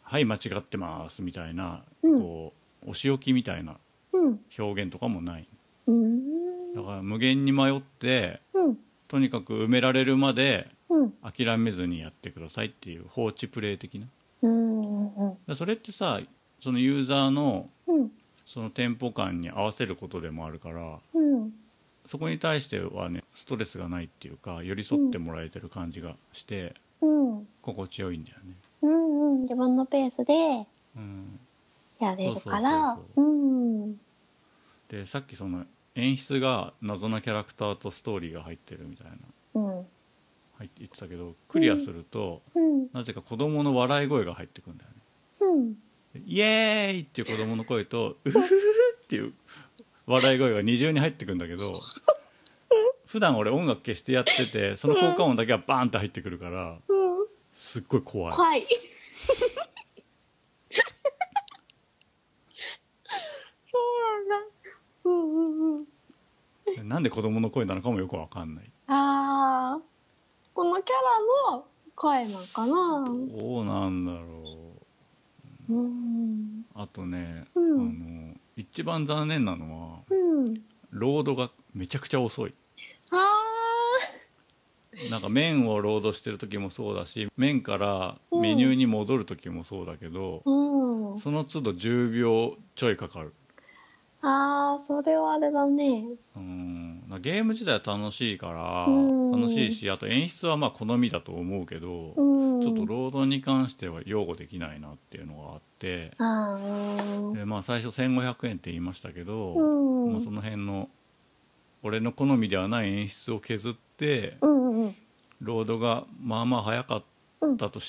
はい間違ってますみたいな、 うんこうお仕置きみたいなうん表現とかもない。 うーんだから無限に迷ってうんとにかく埋められるまでうん諦めずにやってくださいっていう放置プレイ的な。 うんうんだからそれってさ、そのユーザーのうんそのテンポ感に合わせることでもあるから、 うんそこに対してはねストレスがないっていうか寄り添ってもらえてる感じがしてうん心地よいんだよね。 うんうん自分のペースでうんやれるかそうそうらそうそううんでさっきその演出が謎なキャラクターとストーリーが入ってるみたいなうん入って言ってたけど、クリアすると、 うんなぜか子供の笑い声が入ってくるんだよね。 うんイエーイっていう子供の声とウフフフっていう笑い声が二重に入ってくるんだけど、普段俺音楽消してやっててその効果音だけはバーンって入ってくるからうんすっごい怖い。 怖いそうなんだうんうんうんなんで子供の声なのかもよくわかんない。 ああこのキャラの声なんかなどうなんだろうんう。あとね、 うんあの一番残念なのはうんロードがめちゃくちゃ遅い。 あなんか面をロードしてる時もそうだし、面からメニューに戻る時もそうだけど、 ーうんその都度じゅうびょうちょいかかる。 ああそれはあれだねうんゲーム自体は楽しいからうん楽しいし、あと演出はまあ好みだと思うけど、 うんちょっとロードに関しては擁護できないなっていうのがあって、 あーでまあ最初せんごひゃくえんって言いましたけど、 うんまあ、その辺の俺の好みではない演出を削ってうんうんロードがまあまあ早かったとして、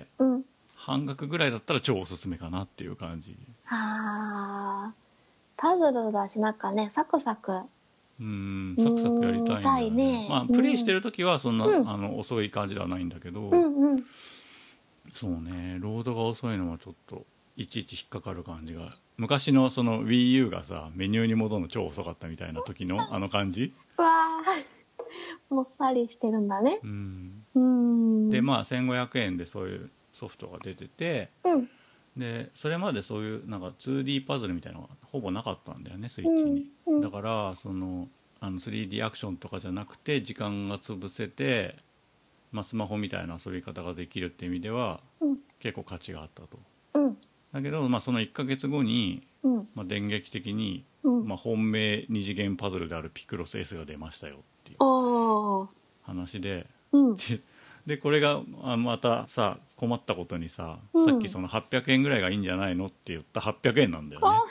うん半額ぐらいだったら超おすすめかなっていう感じ。 あーパズルだしなんかねサクサクうんサクサクやりたいんだようんたいねね。まあプレイしてる時はそんな、 うんあの遅い感じではないんだけど、 うんうんそうねロードが遅いのはちょっといちいち引っかかる感じが、昔のその WiiU がさメニューに戻るの超遅かったみたいな時のあの感じ。 わーもっさりしてるんだねうんうんでまあせんごひゃくえんでそういうソフトが出てて、 うんでそれまでそういうなんか ツーディー パズルみたいなのがほぼなかったんだよねスイッチに、 うんうんだからそのあの スリーディー アクションとかじゃなくて時間が潰せて、まあ、スマホみたいな遊び方ができるっていう意味ではうん結構価値があったと。 うんだけど、まあ、そのいっかげつごに、 うんまあ、電撃的に、 うんまあ、本命二次元パズルであるピクロス S が出ましたよっていうおー話で、 うんででこれがあまたさ困ったことにさ、 うんさっきそのはっぴゃくえんぐらいがいいんじゃないのって言ったはっぴゃくえんなんだよあ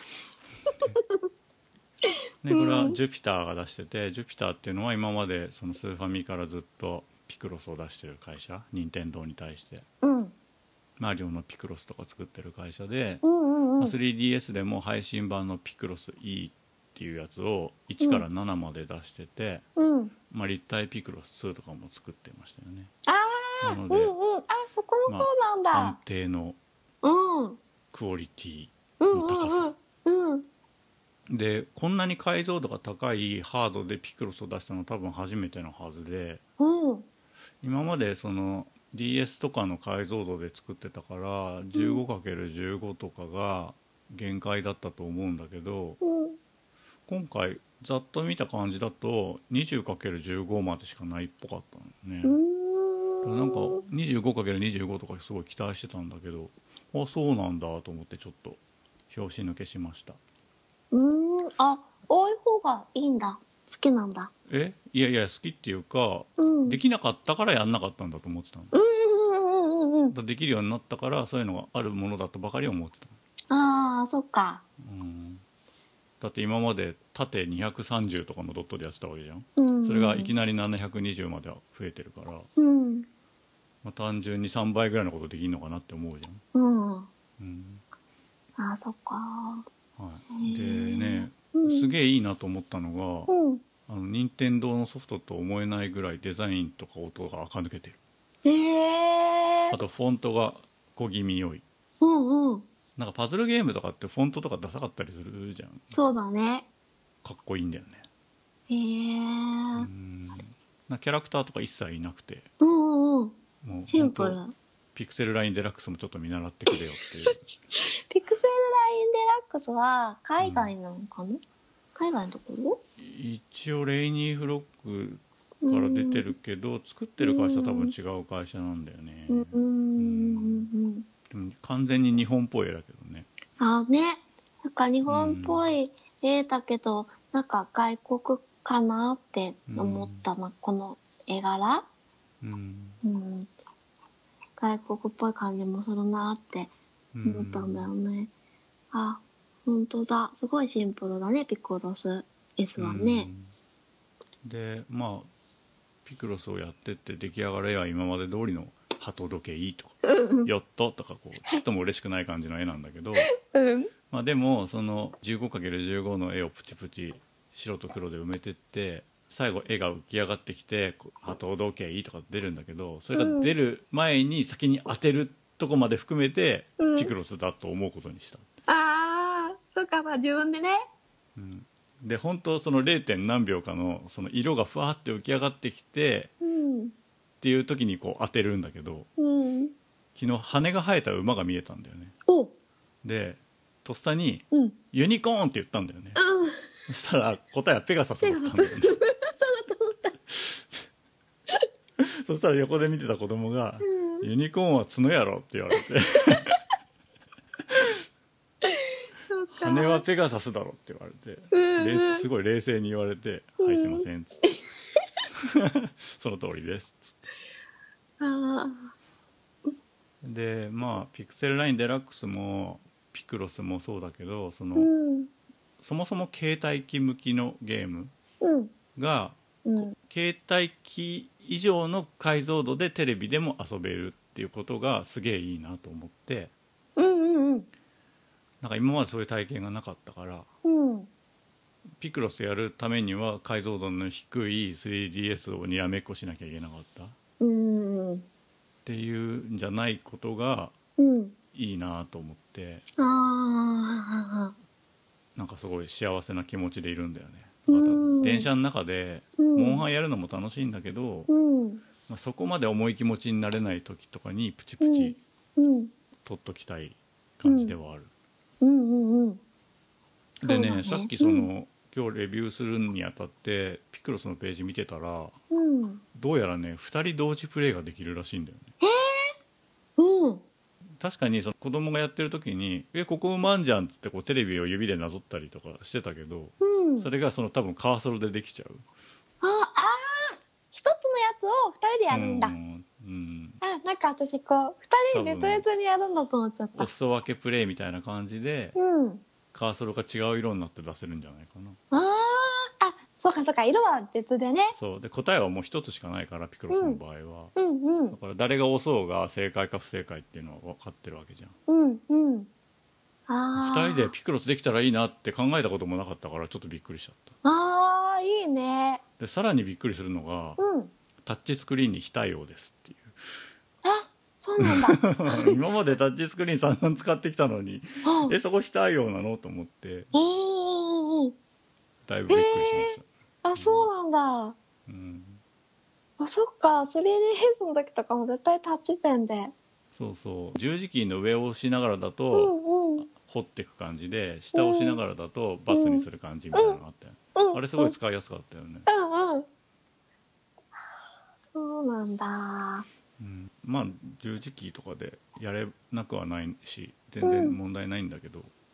ね。でこれはジュピターが出してて、ジュピターっていうのは今までそのスーファミからずっとピクロスを出してる会社、任天堂に対してうんマリオのピクロスとか作ってる会社で、 うんうんうんまあ、スリーディーエス でも配信版のピクロス E っていうやつをいちからななまで出してて、 うんまあ、立体ピクロスツーとかも作ってましたよね。 ああうんなのでうんあそこの方なんだ、 安定のうんクオリティうんの高さ、 うんうんでこんなに解像度が高いハードでピクロスを出したのは多分初めてのはずで、 うん今までその ディーエス とかの解像度で作ってたから じゅうごかけるじゅうご とかが限界だったと思うんだけど、 うん今回ざっと見た感じだと にじゅうかけるじゅうご までしかないっぽかったのね。 うんなんか にじゅうごかけるにじゅうご とかすごい期待してたんだけど、あそうなんだと思ってちょっと拍子抜けしました。 うんあ多い方がいいんだ好きなんだえいやいや好きっていうか、 うんできなかったからやんなかったんだと思ってたの。 うんうんうんうんだできるようになったからそういうのがあるものだとばかり思ってた。 ああそっかうんだって今まで縦にひゃくさんじゅうとかのドットでやってたわけじゃん。 うんそれがいきなりななひゃくにじゅうまでは増えてるから、 うんまあ、単純にさんばいぐらいのことできるのかなって思うじうんゃん。うんあーそっかはい、でね、 うんすげえいいなと思ったのが、 うんあの任天堂のソフトと思えないぐらいデザインとか音が垢抜けてる。 へえあとフォントが小気味良い。 うんうんなんかパズルゲームとかってフォントとかダサかったりするじゃん。 そうだねかっこいいんだよね。 へえうんなキャラクターとか一切いなくて、 うんうんうんもうシンプルほんとピクセルラインデラックスもちょっと見習ってくれよっていうピクセルラインデラックスは海外なのかな、うん、海外のところ一応レイニーフロックから出てるけど、うん、作ってる会社は多分違う会社なんだよね。 うんうんうんでも完全に日本っぽい絵だけどね。 あね、なんか日本っぽい絵だけど、うん、なんか外国かなって思ったな、うん、この絵柄、うんうん、外国っぽい感じもするなって思ったんだよね、うん、あ、本当だ、すごいシンプルだね、ピクロス S はね、 うん、でまあピクロスをやってって出来上がる絵は今まで通りの鳩時計いいとか、うん、ヨットとかこうちょっとも嬉しくない感じの絵なんだけど、うんまあ、でもその じゅうごかけるじゅうご の絵をプチプチ白と黒で埋めてって最後絵が浮き上がってきて鳩時計いいとか出るんだけど、それが出る前に先に当てるとこまで含めてピクロスだと思うことにした、うん、 ああそうか、まあ自分でね、 うん、で本当その れい. 何秒かのその色がふわって浮き上がってきて、うん、っていう時にこう当てるんだけど、うん、昨日羽が生えた馬が見えたんだよね。おでとっさに、うん、ユニコーンって言ったんだよね、うん、そしたら答えはペガサスだったんだよねそしたら横で見てた子供が、うん、ユニコーンは角やろって言われて羽はペガサスだろって言われて、うん、すごい冷静に言われて、うん、はいすいませんっつってその通りですっつって、あでまあピクセルラインデラックスもピクロスもそうだけど、その、うん、そもそも携帯機向きのゲームが、うん、携帯機以上の解像度でテレビでも遊べるっていうことがすげえいいなと思って、うんうんうん、なんか今までそういう体験がなかったから、うん、ピクロスやるためには解像度の低い スリーディーエス をにらめっこしなきゃいけなかった、うん、っていうんじゃないことがいいなと思って、うん、あなんかすごい幸せな気持ちでいるんだよね。だから電車の中でモンハンやるのも楽しいんだけど、うんまあ、そこまで重い気持ちになれない時とかにプチプチ取っときたい感じではある、うんうんうんうん、で ね, ねさっきその、うん、今日レビューするにあたってピクロスのページ見てたら、うん、どうやらねふたり同時プレイができるらしいんだよね。えー、うん確かにその子供がやってる時に「えここうまんじゃん」っつってこうテレビを指でなぞったりとかしてたけど、うん、それがその多分カーソルでできちゃう。ああ一つのやつをふたりでやるんだ。うん、うん、あなんか私こうふたり別々にやるんだと思っちゃった。お裾分けプレイみたいな感じで、うん、カーソルが違う色になって出せるんじゃないかな。ああそうかそうか色は別でね。そうで答えはもう一つしかないからピクロスの場合は、うんうんうん、だから誰が押そうが正解か不正解っていうのは分かってるわけじゃん。うんうんあふたりでピクロスできたらいいなって考えたこともなかったからちょっとびっくりしちゃった。あーいいね。でさらにびっくりするのが、うん、タッチスクリーンに非対応ですっていう。あそうなんだ今までタッチスクリーン散々使ってきたのにえそこ非対応なのと思って、だいぶびっくりしました。あ、そうなんだ。うん。あ、そっか。スリーディーエス の時とかも絶対タッチペンで。そうそう。十字キーの上を押しながらだと、うんうん、掘っていく感じで、下を押しながらだとバツにする感じみたいなのがあったよ、うんうん、あれすごい使いやすかったよね。うんうん。そうなんだ。うん、まあ十字キーとかでやれなくはないし、全然問題ないんだけど、うん。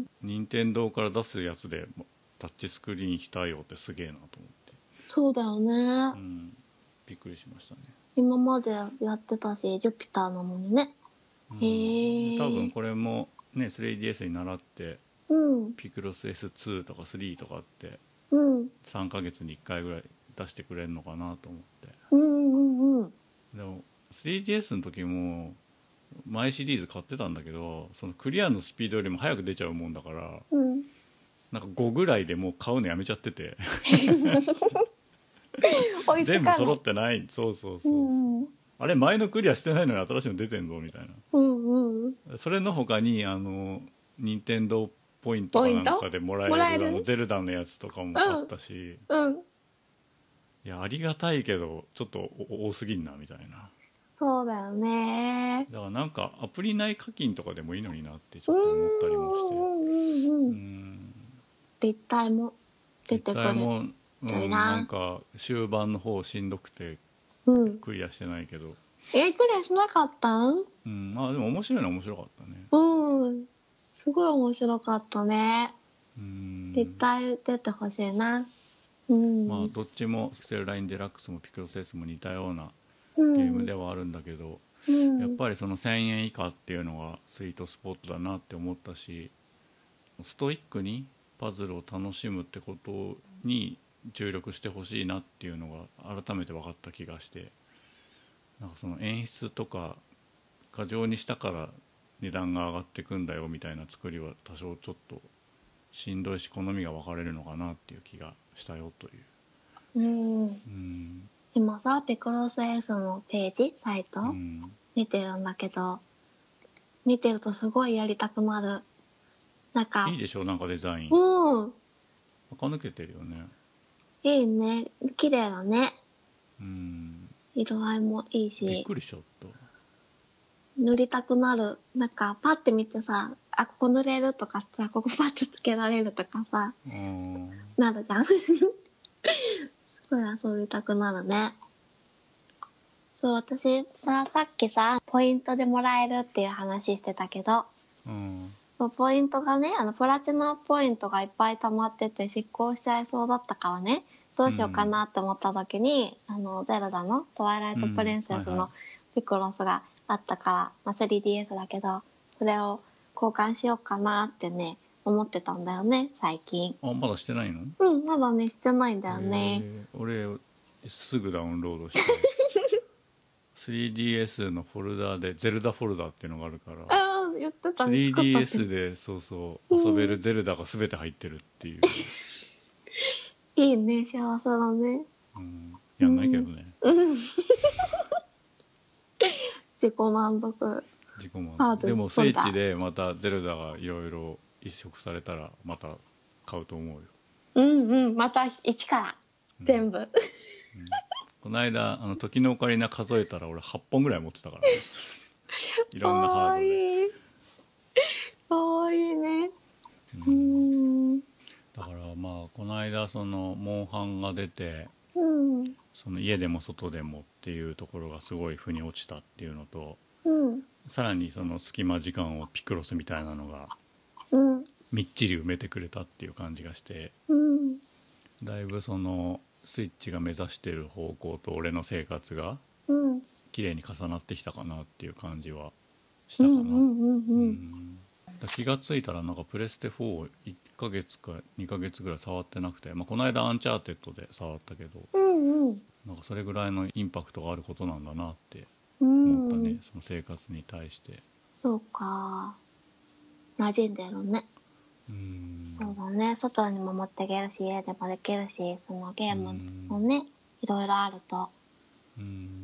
任天堂から出すやつで。タッチスクリーン非対応ってすげえなと思って。そうだよね、うん、びっくりしましたね。今までやってたしジュピターなのにね、うん、へえ。多分これもね スリーディーエス に倣って、うん、ピクロス エスツー とかスリーとかって、うん、さんかげつにいっかいぐらい出してくれるのかなと思って、うんうんうん、でも スリーディーエス の時も前シリーズ買ってたんだけど、そのクリアのスピードよりも早く出ちゃうもんだから、うんなんかごぐらいでもう買うのやめちゃってて全部揃ってない。そうそうそう、うんうん、あれ前のクリアしてないのに新しいの出てんぞみたいな、うんうん、それの他にあの任天堂ポイントかなんかでもらえる、らえるあのゼルダのやつとかもあったし、うんうん、いやありがたいけどちょっと多すぎんなみたいな。 そうだよね。 だからなんかアプリ内課金とかでもいいのになってちょっと思ったりもして、 うんうんうんうん。 ん立体も出てくる。 立体も、うん、なんか終盤の方しんどくてクリアしてないけど、うん、 え、クリアしなかったん？ うん、まあでも面白いのは面白かったね。 うん、すごい面白かったね。 うん、 立体出てほしいな。うん、 まあどっちもピクセルラインデラックスもピクロス S も似たようなゲゲームではあるんだけど、うん、やっぱりそのせんえん以下っていうのがスイートスポットだなって思ったし、ストイックにパズルを楽しむってことに注力してほしいなっていうのが改めて分かった気がして、なんかその演出とか過剰にしたから値段が上がってくんだよみたいな作りは多少ちょっとしんどいし好みが分かれるのかなっていう気がしたよという。うん、うん、 今さピクロス S のページサイト、うん、見てるんだけど、見てるとすごいやりたくなる。なんかいいでしょ、なんかデザイン。 うん。 垢抜けてるよね。 いいね、綺麗だね。 うん。 色合いもいいし。 びっくりしちゃった。 塗りたくなる。なんかパッて見てさ、あ、ここ塗れるとかさ、ここパッてつけられるとかさ、なるじゃん。すごい遊びたくなるね。そう、私はさっきさ、ポイントでもらえるっていう話してたけど、うん、そうポイントがね、あのプラチナポイントがいっぱい溜まってて執行しちゃいそうだったからね、どうしようかなって思った時に、うん、あのゼルダのトワイライトプリンセスのピクロスがあったから、まあ、スリーディーエス だけど、それを交換しようかなってね思ってたんだよね最近。 あ、まだしてないの？ うん、まだねしてないんだよね。 俺すぐダウンロードしてスリーディーエス のフォルダでゼルダフォルダっていうのがあるから、 ああ言ってたね、 スリーディーエス でそうそう遊べるゼルダが全て入ってるっていう、 うん、いいね、幸せだね。 うん、やんないけどね、 うん、自己満足。 自己満足。でもスイッチでまたゼルダがいろいろ移植されたらまた買うと思うよ。 うんうん、また一から全部、うんうん、 この間あの時のオカリナ数えたら俺はっぽんぐらい持ってたからねいろんなハードで。 かわいいね、 うん、だからまあこの間そのモンハンが出て、うん、その家でも外でもっていうところがすごい腑に落ちたっていうのと、うん、さらにその隙間時間をピクロスみたいなのがみっちり埋めてくれたっていう感じがして、うん、だいぶそのスイッチが目指してる方向と俺の生活が綺麗に重なってきたかなっていう感じはしたかな。気がついたらなんかプレステフォーをいっかげつかにかげつぐらい触ってなくて、まあ、この間アンチャーテッドで触ったけど、うんうん、なんかそれぐらいのインパクトがあることなんだなって思ったね、その生活に対して。 そうか、馴染んでるね。うん、そうだね、外にも持っていけるし家でもできるし、そのゲームもねいろいろあると、うん、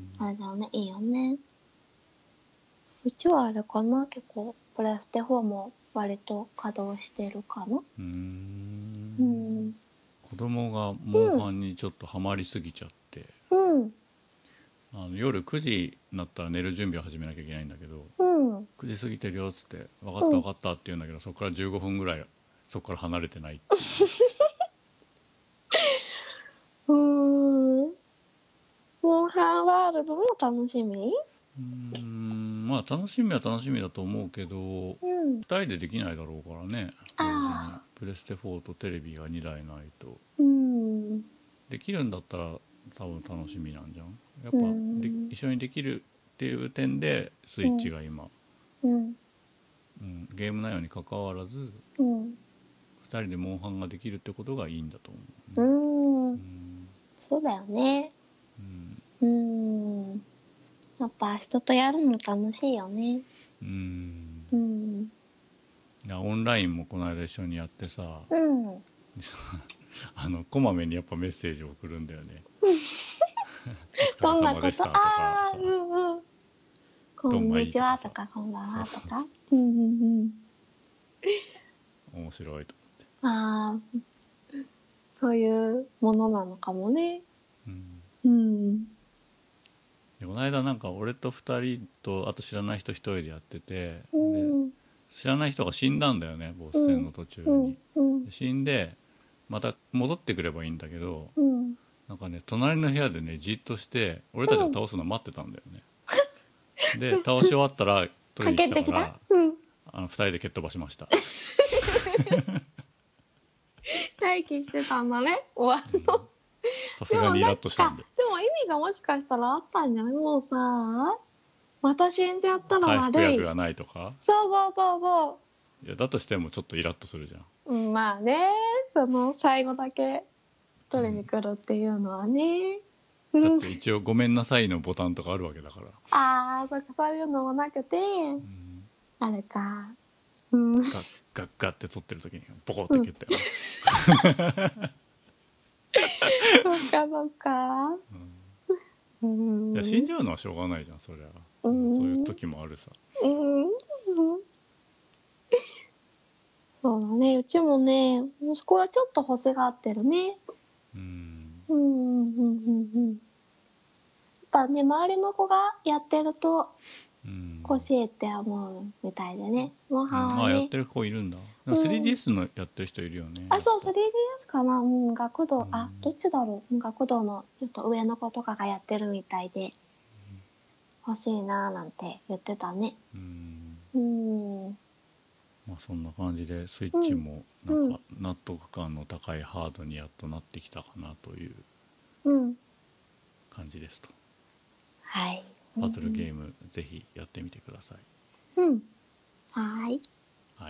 あれだよね、いいよね。うちはあれかな、結構プレステフォーも割と稼働してるかな。うーん、 うん、子供がモンハンにちょっとハマりすぎちゃって、うん、あの夜くじになったら寝る準備を始めなきゃいけないんだけど、うん、くじ過ぎてるよっつって分かった分かったって言うんだけど、そこからじゅうごふんぐらいそこから離れてないっていううーん、モンハンワールドも楽しみ？ うーん、まあ楽しみは楽しみだと思うけど、うん、ふたりでできないだろうからね。あ、プレステフォーとテレビがにだいないと、うん、できるんだったら多分楽しみなんじゃん。やっぱ、うん、で一緒にできるっていう点でスイッチが今、うんうん、ゲーム内容に関わらず、うん、ふたりでモンハンができるってことがいいんだと思う、ね、うん、うん、 そうだよね。うん、うん、やっぱ人とやるの楽しいよね。うん、うん、 いやオンラインもこの間一緒にやってさ、うん、あのこまめにやっぱメッセージを送るんだよねお疲れ様でしたとかさ、うんうん、こんにちはとかこんばんはとか、うんうんうん、面白いと思って。 ああ、そういうものなのかもね。うん、うん、 でこの間なんか俺とふたりとあと知らない人ひとりでやってて、 うんで知らない人が死んだんだよね、ボス戦の途中に、 うんうんで死んでまた戻ってくればいいんだけど、 うんなんかね隣の部屋でねじっとして俺たちを倒すの待ってたんだよね、で倒し終わったら取りに来たからかけてきたうんあのふたりで蹴っ飛ばしました。 待機してたんだね終わるの。 さすがにイラッとしたんで。 でも意味がもしかしたらあったんじゃない？もうさまた死んじゃったら回悪い。 復薬がないとか。 そうそうそうそいやだとしてもちょっとイラッとするじゃん。 う、うん、まあねその最後だけ取りに来るっていうのはね、うん、 だって一応ごめんなさいのボタンとかあるわけだから。 ああそっかそういうのもなくて、うん、あれかうんガッガッガッって取ってる時にボコって蹴ったよ、 うんそっかそっか、うん、 いや死んじゃうのはしょうがないじゃんそりゃ、うん、そういう時もあるさ、 うん、そうだねうちもね息子はちょっと欲しがってるね。 うんうんうんうんうんやっぱね周りの子がやってると欲しいって思うみたいでね、もはうん、 ね、 あやってる子いるんだ。でも スリーディーエス のやってる人いるよね、 あそう スリーディーエス かな、うん、学童、 うん、 あどっちだろう学童のちょっと上の子とかがやってるみたいで、欲しいなーなんて言ってたね。 うんうんまあそんな感じでスイッチもなんか納得感の高いハードにやっとなってきたかなという感じですと、 はい、 パズルゲームぜひやってみてください。 うんはいはい。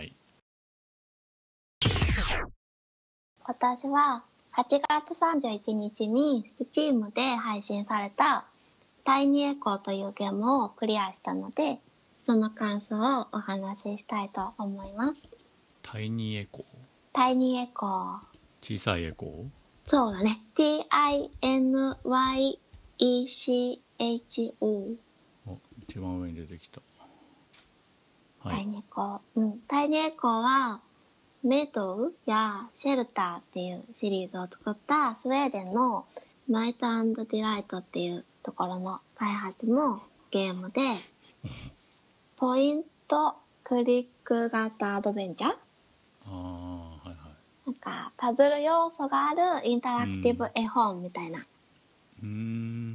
今年ははちがつさんじゅういちにちに Steam で配信されたタイニーエコーというゲームをクリアしたのでその感想をお話ししたいと思います。 タイニーエコー、 タイニーエコー、 小さいエコー、 そうだね ティーアイエヌワイイーシーエイチオー、 お一番上に出てきた、はい、 タイニーエコー、うん、タイニーエコーはメドウやシェルターっていうシリーズを作ったスウェーデンのマイト&ディライトっていうところの開発のゲームでポイントクリック型アドベンチャー、 あはいはい、 なんかパズル要素があるインタラクティブ絵本みたいな、 うん、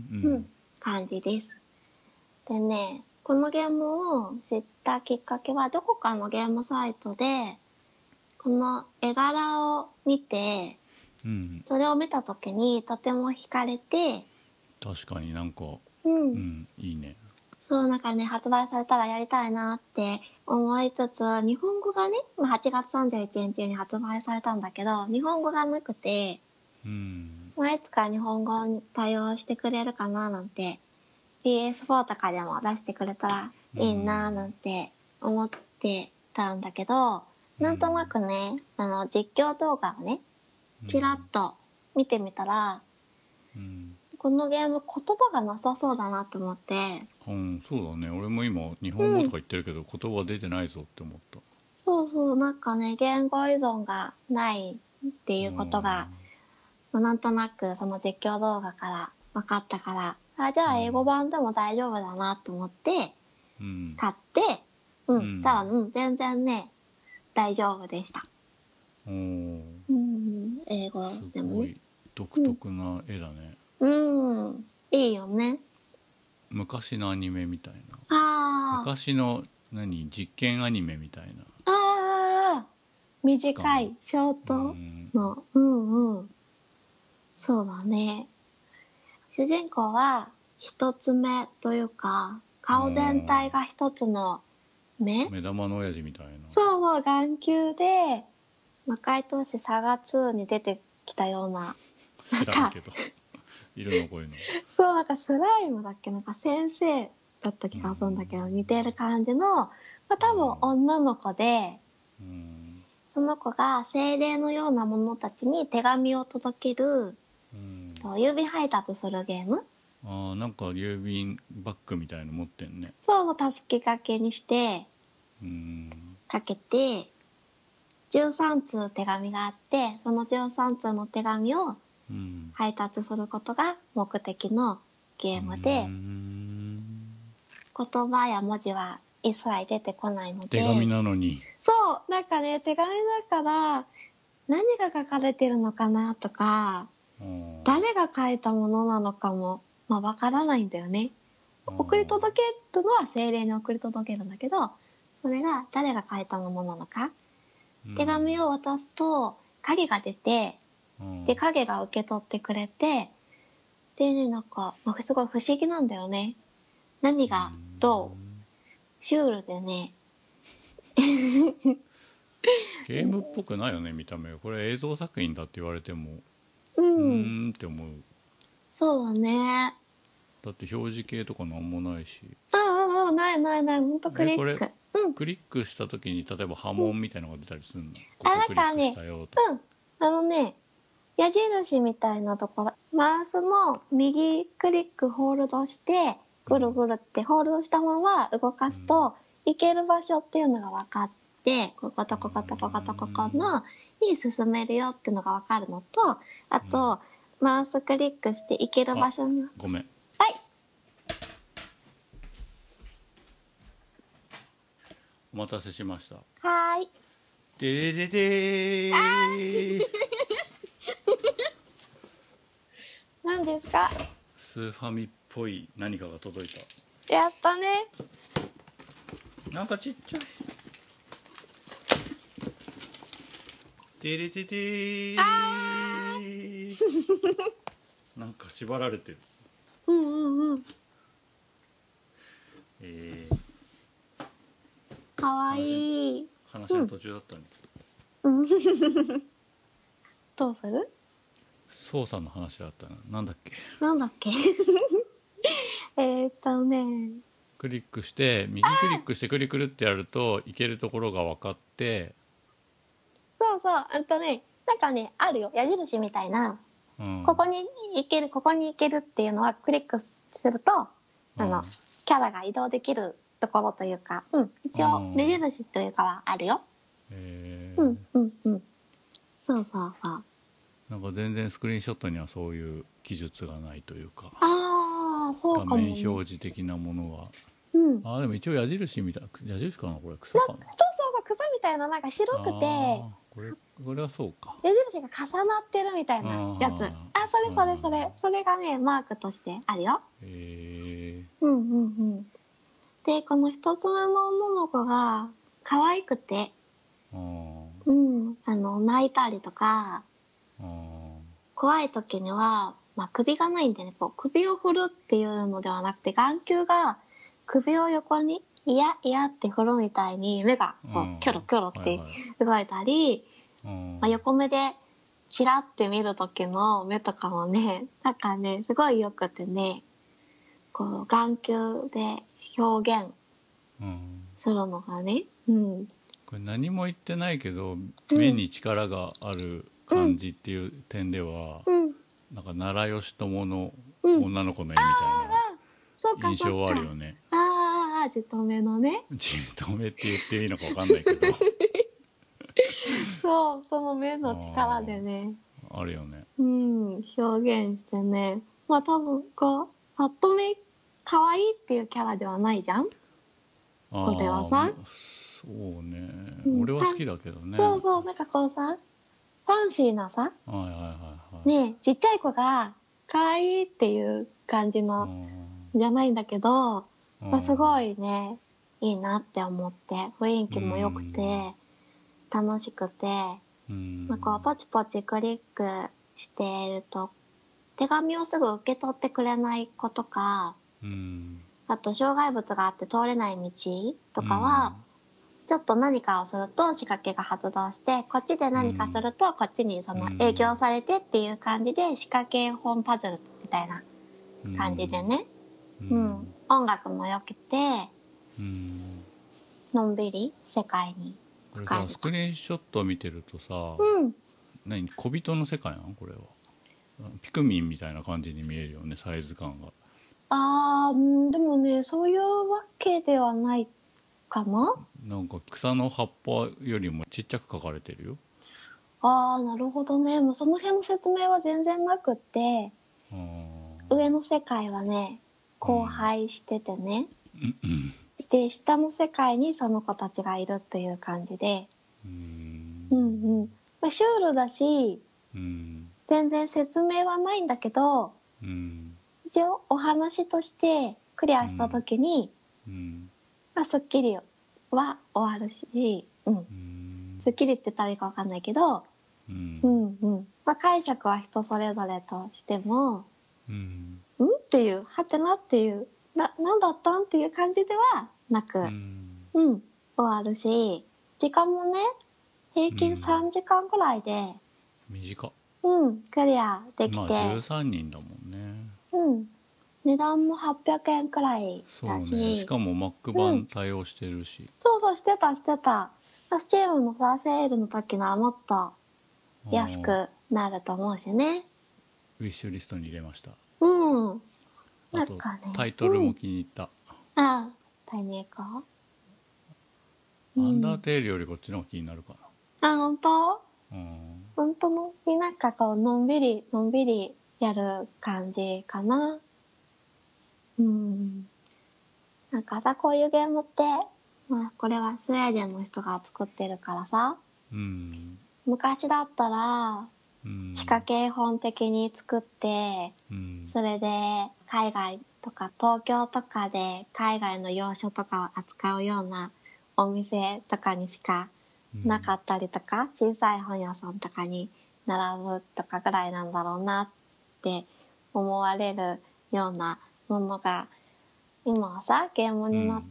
うんうん、感じです。でねこのゲームを知ったきっかけはどこかのゲームサイトでこの絵柄を見て、うん、それを見た時にとても惹かれて、 確かになんか、 うんうん、いいね。 そうなんかね発売されたらやりたいなって思いつつ日本語がねはちがつさんじゅういちにちに発売されたんだけど日本語がなくて、うん、いつか日本語に対応してくれるかななんて ピーエスフォー とかでも出してくれたらいいななんて思ってたんだけど、なんとなくね、あの実況動画をね、ちらっと見てみたら、うん、このゲーム言葉がなさそうだなと思って。 うん、そうだね。俺も今日本語とか言ってるけど、うん、言葉出てないぞって思った。 そうそう、なんかね、言語依存がないっていうことが、うん、なんとなくその実況動画から分かったから、あ、じゃあ英語版でも大丈夫だなと思って、うん、買って、うん、うん、ただ、うん、全然ね、大丈夫でした。おー、うん、英語でもね。すごい独特な絵だね。 うん、うん、いいよね。 昔のアニメみたいな。 あ昔の何実験アニメみたいな。 ああ、短いショートの、うん、うんうん。そうだね。主人公は一つ目というか顔全体が一つの目目玉の親父みたいな。 そうそう眼球で魔界都市サガツーに出てきたような知らんけどいるのこういうの。 そうなんかスライムだっけなんか先生だった気がするんだけど似てる感じの、まあ、多分女の子で、うん、その子が精霊のような者たちに手紙を届ける、うん、郵便配達するゲーム。 ああなんか郵便バッグみたいの持ってんね。 そうそう助けかけにしてうんかけてじゅうさんつう手紙があってそのじゅうさんつうの手紙を配達することが目的のゲームで、うん言葉や文字は一切出てこないので。 手紙なのに。 そう、なんかね、手紙だから何が書かれてるのかなとか、誰が書いたものなのかも、まあ、わからないんだよね。送り届けるのは精霊に送り届けるんだけど、それが誰が書いたものなのか。うん、手紙を渡すと影が出て、うん、で影が受け取ってくれて、でね、なんか、まあ、すごい不思議なんだよね。何がどうシュールでね。 ゲームっぽくないよね、見た目。これ映像作品だって言われても、 うん、 うーんって思う。 そうだね。 だって表示系とかなんもないし。 うんうんうん、ないないない、ほんとクリック。これ、 うん、クリックした時に例えば波紋みたいなのが出たりするの、うん、ここクリックしたよとか。うん、あのね、矢印みたいなところ、マウスの右クリックホールドしてぐるぐるってホールドしたまま動かすと、うん、行ける場所っていうのが分かって、こことこことこことここのに進めるよっていうのが分かるのと、あと、うん、マウスクリックして行ける場所に、 ごめん、 はい、 お待たせしました。 はーい。 ででででー何ですか？ スーファミっぽい何かが届いた。やったね。 なんかちっちゃい。ででででーなんか縛られてる。 うんうんうん。 えー、 かわいい。 話の途中だったね。 うん、どうする？ 操作の話だったな。なんだっけなんだっけえっとね、 クリックして右クリックしてクリクルってやると行けるところが分かって、 そうそう、あとね、なんかね、あるよ、矢印みたいな、うん、ここに行けるここに行けるっていうのはクリックすると、あの、うん、キャラが移動できるところというか、うん、一応目印というかはあるよ。 へー、うんうんうん、そうそうそう。 なんか全然スクリーンショットにはそういう技術がないというか、 ああ、そうかも、ね、 画面表示的なものは、 うん、 あでも一応矢印みたいな、矢印かな、これ草かな、そうそうそう、草みたいな、なんか白くて、 これこれはそうか、 矢印が重なってるみたいなやつ、あ、それそれそれそれがねマークとしてあるよ。 へえ。 うんうんうん。でこの一つ目の女の子が可愛くて、あ、うん、あの泣いたりとか、あ、怖い時には、まあ、首がないんでね、こう首を振るっていうのではなくて、眼球が首を横にいやいやって振るみたいに目がそうキョロキョロって動いたり、はいはい、まあ、横目でチラって見る時の目とかもね、なんかねすごいよくてね、こう眼球で表現するのがね、うん、 これ何も言ってないけど、目に力がある感じっていう点では、うん、なんか奈良義朝の女の子の絵みたいな印象はあるよね。 うん、ああ、じとめのね。 じとめって言っていいのか分かんないけどそう、その目の力でね、 あるよね、 うん、表現してね、まあ多分こうパッと見可愛いっていうキャラではないじゃん、これはさ。 そうね、うん、俺は好きだけどね。 そうそう、なんかこうさ、ファンシーなさ、 はいはいはいはい、 ねえ、ちっちゃい子が可愛いっていう感じのじゃないんだけど、まあ、すごいねいいなって思って、雰囲気も良くて楽しくて、うん、まあ、こうポチポチクリックしていると手紙をすぐ受け取ってくれない子とか、うん、あと障害物があって通れない道とかは、うん、ちょっと何かをすると仕掛けが発動して、こっちで何かするとこっちにその影響されてっていう感じで仕掛け本パズルみたいな感じでね、うんうん、音楽も良くて、うん、のんびり世界に使える。これさ、スクリーンショットを見てるとさ、うん、何小人の世界なのこれは。ピクミンみたいな感じに見えるよね、サイズ感が。 あー、でもねそういうわけではないかな。 なんか草の葉っぱよりもちっちゃく描かれてるよ。 あー、なるほどね。もうその辺の説明は全然なくって、上の世界はね荒廃しててね、 ううんうんで下の世界にその子たちがいるっていう感じで、 うーんうんうんまあ、シュールだしうん全然説明はないんだけど、 うん一応お話としてクリアした時に、 うんまあ、スッキリは終わるし、うん、 うんスッキリって言ったらいいか分かんないけど、 うんうんうんまあ、解釈は人それぞれとしても、 うんんっていう、はてなっていう、な、なんだったんっていう感じではなく、 ううん、 ん終わるし、時間もね、平均さんじかんぐらいで、 短っ。 うん、クリアできまあて、 じゅうさんにんだもんね。 うん、値段もはっぴゃくえんくらいだそうね。しし、 かも Mac うん版対応してるし、 そうそう、してた、してた。スチームのさ、セールの時のはもっとあー安くなると思うしね。 ウィッシュリストに入れました。 うん。 あとなんかね。 タイトルもうん。 気に入った、 あ、タイニーかうアンダーん。 テールよりこっちの方が気になるかあ、ほんとな。うんほんとのになんかこう、のんびり、のんびりやる感じかな。うん。なんかさ、こういうゲームって、まあ、これはスウェーデンの人が作ってるからさ、 うん昔だったら、 うん仕掛け本的に作って、 うんそれで海外とか東京とかで海外の洋書とかを扱うようなお店とかにしかなかったりとか、小さい本屋さんとかに並ぶとかぐらいなんだろうなって思われるようなものが今はさゲームになって、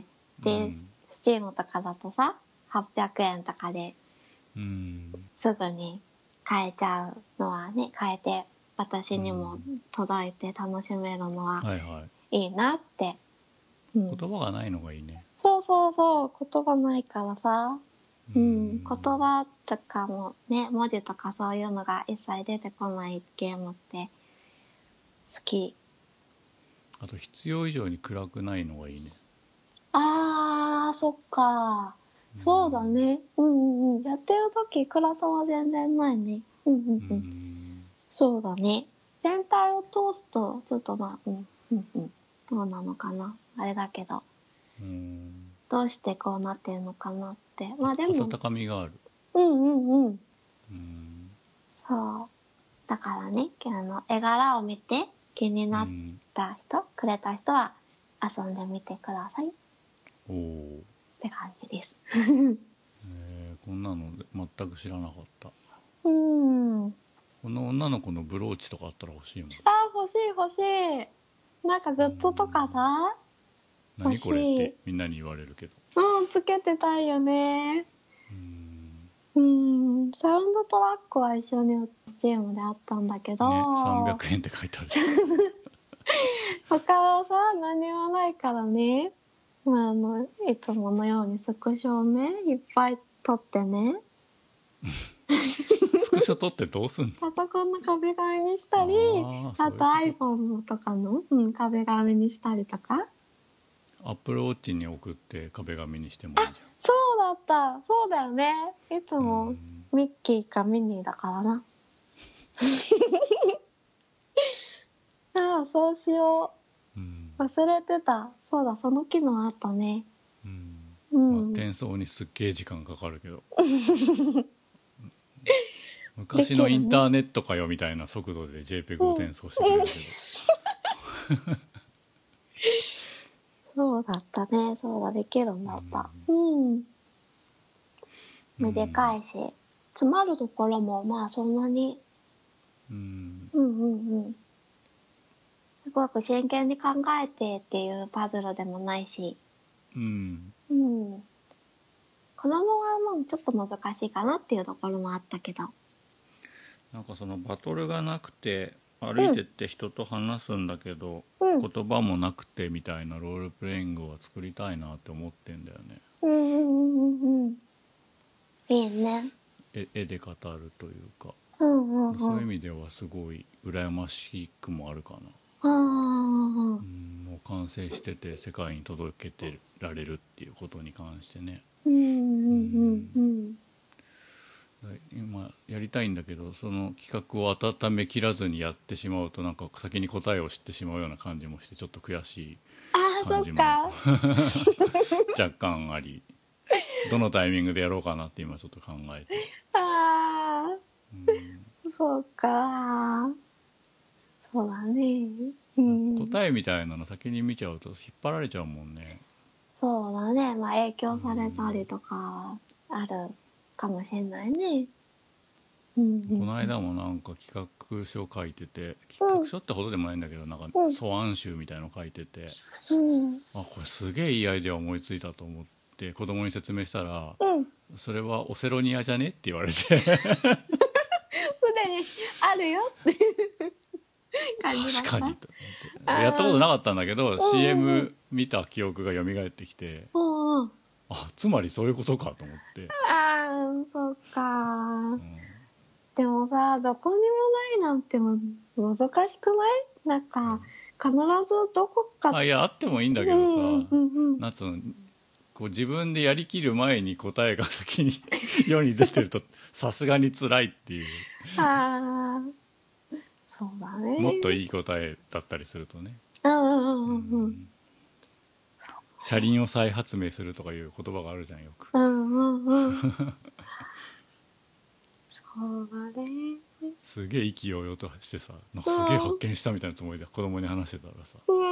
で、 うんうんスチームとかだとさはっぴゃくえんとかでうんすぐに買えちゃうのはね、買えて私にも届いて楽しめるのははいはいいいなって、うん、 言葉がないのがいいね。 そうそうそう言葉ないからさ、 ううんん、言葉とかもね文字とかそういうのが一切出てこないゲームって好き。 あと必要以上に暗くないのがいいね。 あーそっか、そうだね、うんうんうん、やってる時暗さは全然ないね、うんうんううん、 んそうだね。全体を通すと、ちょっとまあ、うん、うん、うん。どうなのかな。あれだけど、 うんどうしてこうなってるのかなって。まあでも、 温かみがある。 うんうんうん。 うんそう。だからね、あの、絵柄を見て気になっうんた人、くれた人は遊んでみてくださいっおお、 て感じです。 えー、こんなの全く知らなかった。 うん。 この女の子のブローチとかあったら欲しいもん。 あ、欲しい欲しい。なんかグッズとかさ、欲しい。 何これってみんなに言われるけど。 うん、つけてたいよね。 うんうーん、サウンドトラックは一緒にスチームであったんだけど、 ね、さんびゃくえんって書いてある。 他はさ何もないからね、まあ、あのいつものようにスクショをねいっぱい撮ってねスクショ撮ってどうすんの？ パソコンの壁紙にしたり、 あーあと iPhone とかの、うん、壁紙にしたりとか。 アップルウォッチに送って壁紙にしてもいいじそうだった、そうだよね、いつゃん。 もミッキーかミニーだからなああそうしようんうんう、忘れてた。そうだ、その機能あったね。 うんうんまあ、転送にすっげえ時間かかるけど昔のインターネットかよみたいな速度で JPEG を転送してくれるけど、 そうだったね、そうだ、できるんだった。うん。短いし、詰まるところもまあそんなに、 うんうんうんうん。すごく真剣に考えてっていうパズルでもないし、 うんうん。子供はもうちょっと難しいかなっていうところもあったけど。 なんかそのバトルがなくて歩いてって人と話すんだけど、 うん言葉もなくてみたいなロールプレイングは作りたいなって思ってんだよね。 うんうんうんうんうん。いいね。 絵絵で語るというか、 うんうんうん。 そういう意味ではすごい羨ましくもあるかな。 うんうんうん。 うんもう完成してて世界に届けてられるっていうことに関してね。 うんうんうんうん。 今やりたいんだけど、その企画を温めきらずにやってしまうとなんか先に答えを知ってしまうような感じもしてちょっと悔しい感じも若干あり、どのタイミングでやろうかなって今ちょっと考えて。 ああ、うん、そうか、そうだね、うん、 答えみたいなの先に見ちゃうと引っ張られちゃうもんね。 そうだね、まあ影響されたりとかあるかもしれないね、うんうん、 この間もなんか企画書書いてて、企画書ってほどでもないんだけど、なんか素案集みたいの書いてて、うん、あ、これすげえいいアイデア思いついたと思って子供に説明したら、うん、それはオセロニアじゃねって言われてすでにあるよって感じだった。 確かにと思ってやったことなかったんだけど、うん、シーエム 見た記憶が蘇ってきて、うん、あ、つまりそういうことかと思って。 ああ、そうか、うん、でもさ、どこにもないなんても難しくない？なんか、必ずどこか、 あ、いやあってもいいんだけどさ、うんうんうん、なんつうの、こう自分でやりきる前に答えが先に世に出てるとさすがに辛いっていう。 ああ、そうだね。 もっといい答えだったりするとね。 うんうんうんうん。 車輪を再発明するとかいう言葉があるじゃんよく。 うんうんうん。そうだね。 すげえ意気揚々としてさ、なんかすげえ発見したみたいなつもりで子供に話してたらさ、うん、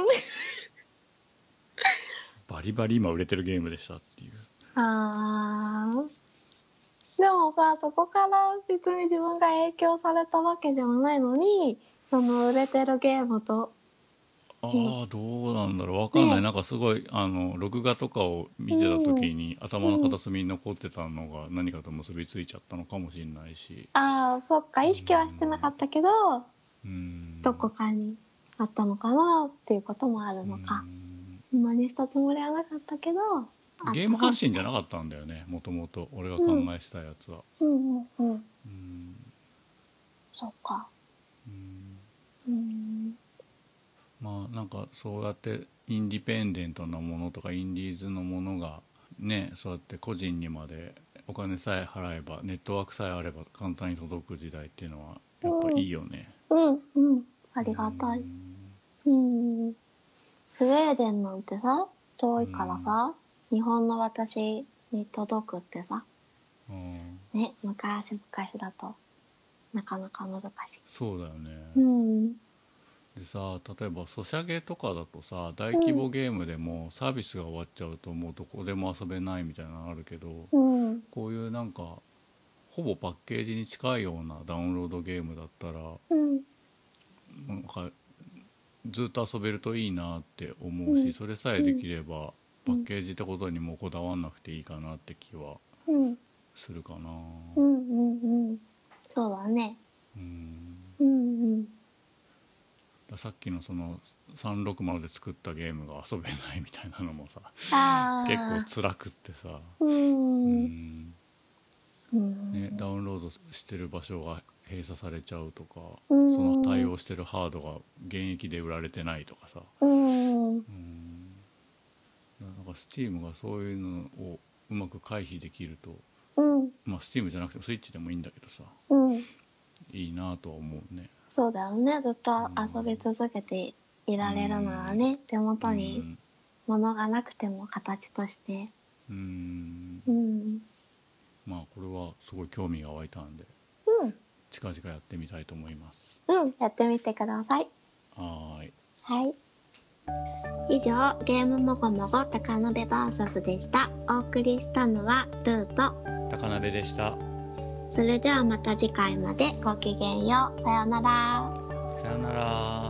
バリバリ今売れてるゲームでしたっていう。 あー、でもさ、そこから別に自分が影響されたわけでもないのに、その売れてるゲームと、 ああ、どうなんだろう、わかんない、ね、なんかすごいあの録画とかを見てた時に、うん、頭の片隅に残ってたのが何かと結びついちゃったのかもしれないし、 ああ、そっか、意識はしてなかったけど、うん、どこかにあったのかなっていうこともあるのか。今にしたつもりはなかったけど、 ゲーム発信じゃなかったんだよね、もともと俺が考えしたやつは。 うんうんうんうん。そっか。うん。うんまあなんかそうやってインディペンデントなものとかインディーズのものがね、そうやって個人にまでお金さえ払えばネットワークさえあれば簡単に届く時代っていうのはやっぱいいよね。 うんうん、ありがたい。うん、スウェーデンなんてさ遠いからさ、日本の私に届くってさ、ね、昔昔だとなかなか難しい。 そうだよね。 うんでさ、例えばソシャゲとかだとさ、大規模ゲームでもサービスが終わっちゃうともうどこでも遊べないみたいなのあるけど、うん、こういうなんかほぼパッケージに近いようなダウンロードゲームだったら、うん、なんかずっと遊べるといいなって思うし、うん、それさえできればパッケージってことにもこだわんなくていいかなって気はするかな。 うんうんうん、そうだね。うんうんうん。 さっきのそのさんびゃくろくじで作ったゲームが遊べないみたいなのもさ、結構辛くってさ、うんうんね、ダウンロードしてる場所が閉鎖されちゃうとか、その対応してるハードが現役で売られてないとかさ、うんうんなんかスチームがそういうのをうまく回避できると、うん、まあスチームじゃなくてもスイッチでもいいんだけどさ、うん、いいなとは思うね。 そうだよね、ずっと遊び続けていられるならね、うん、手元に物がなくても形としてうん、 うん、まあこれはすごい興味が湧いたんで、うん、近々やってみたいと思います。 うん、やってみてください。 はい。 はい。以上、ゲームもごもご高鍋バーサスでした。お送りしたのはルーと高鍋でした。 それではまた次回までごきげんよう。さようなら。 さようなら。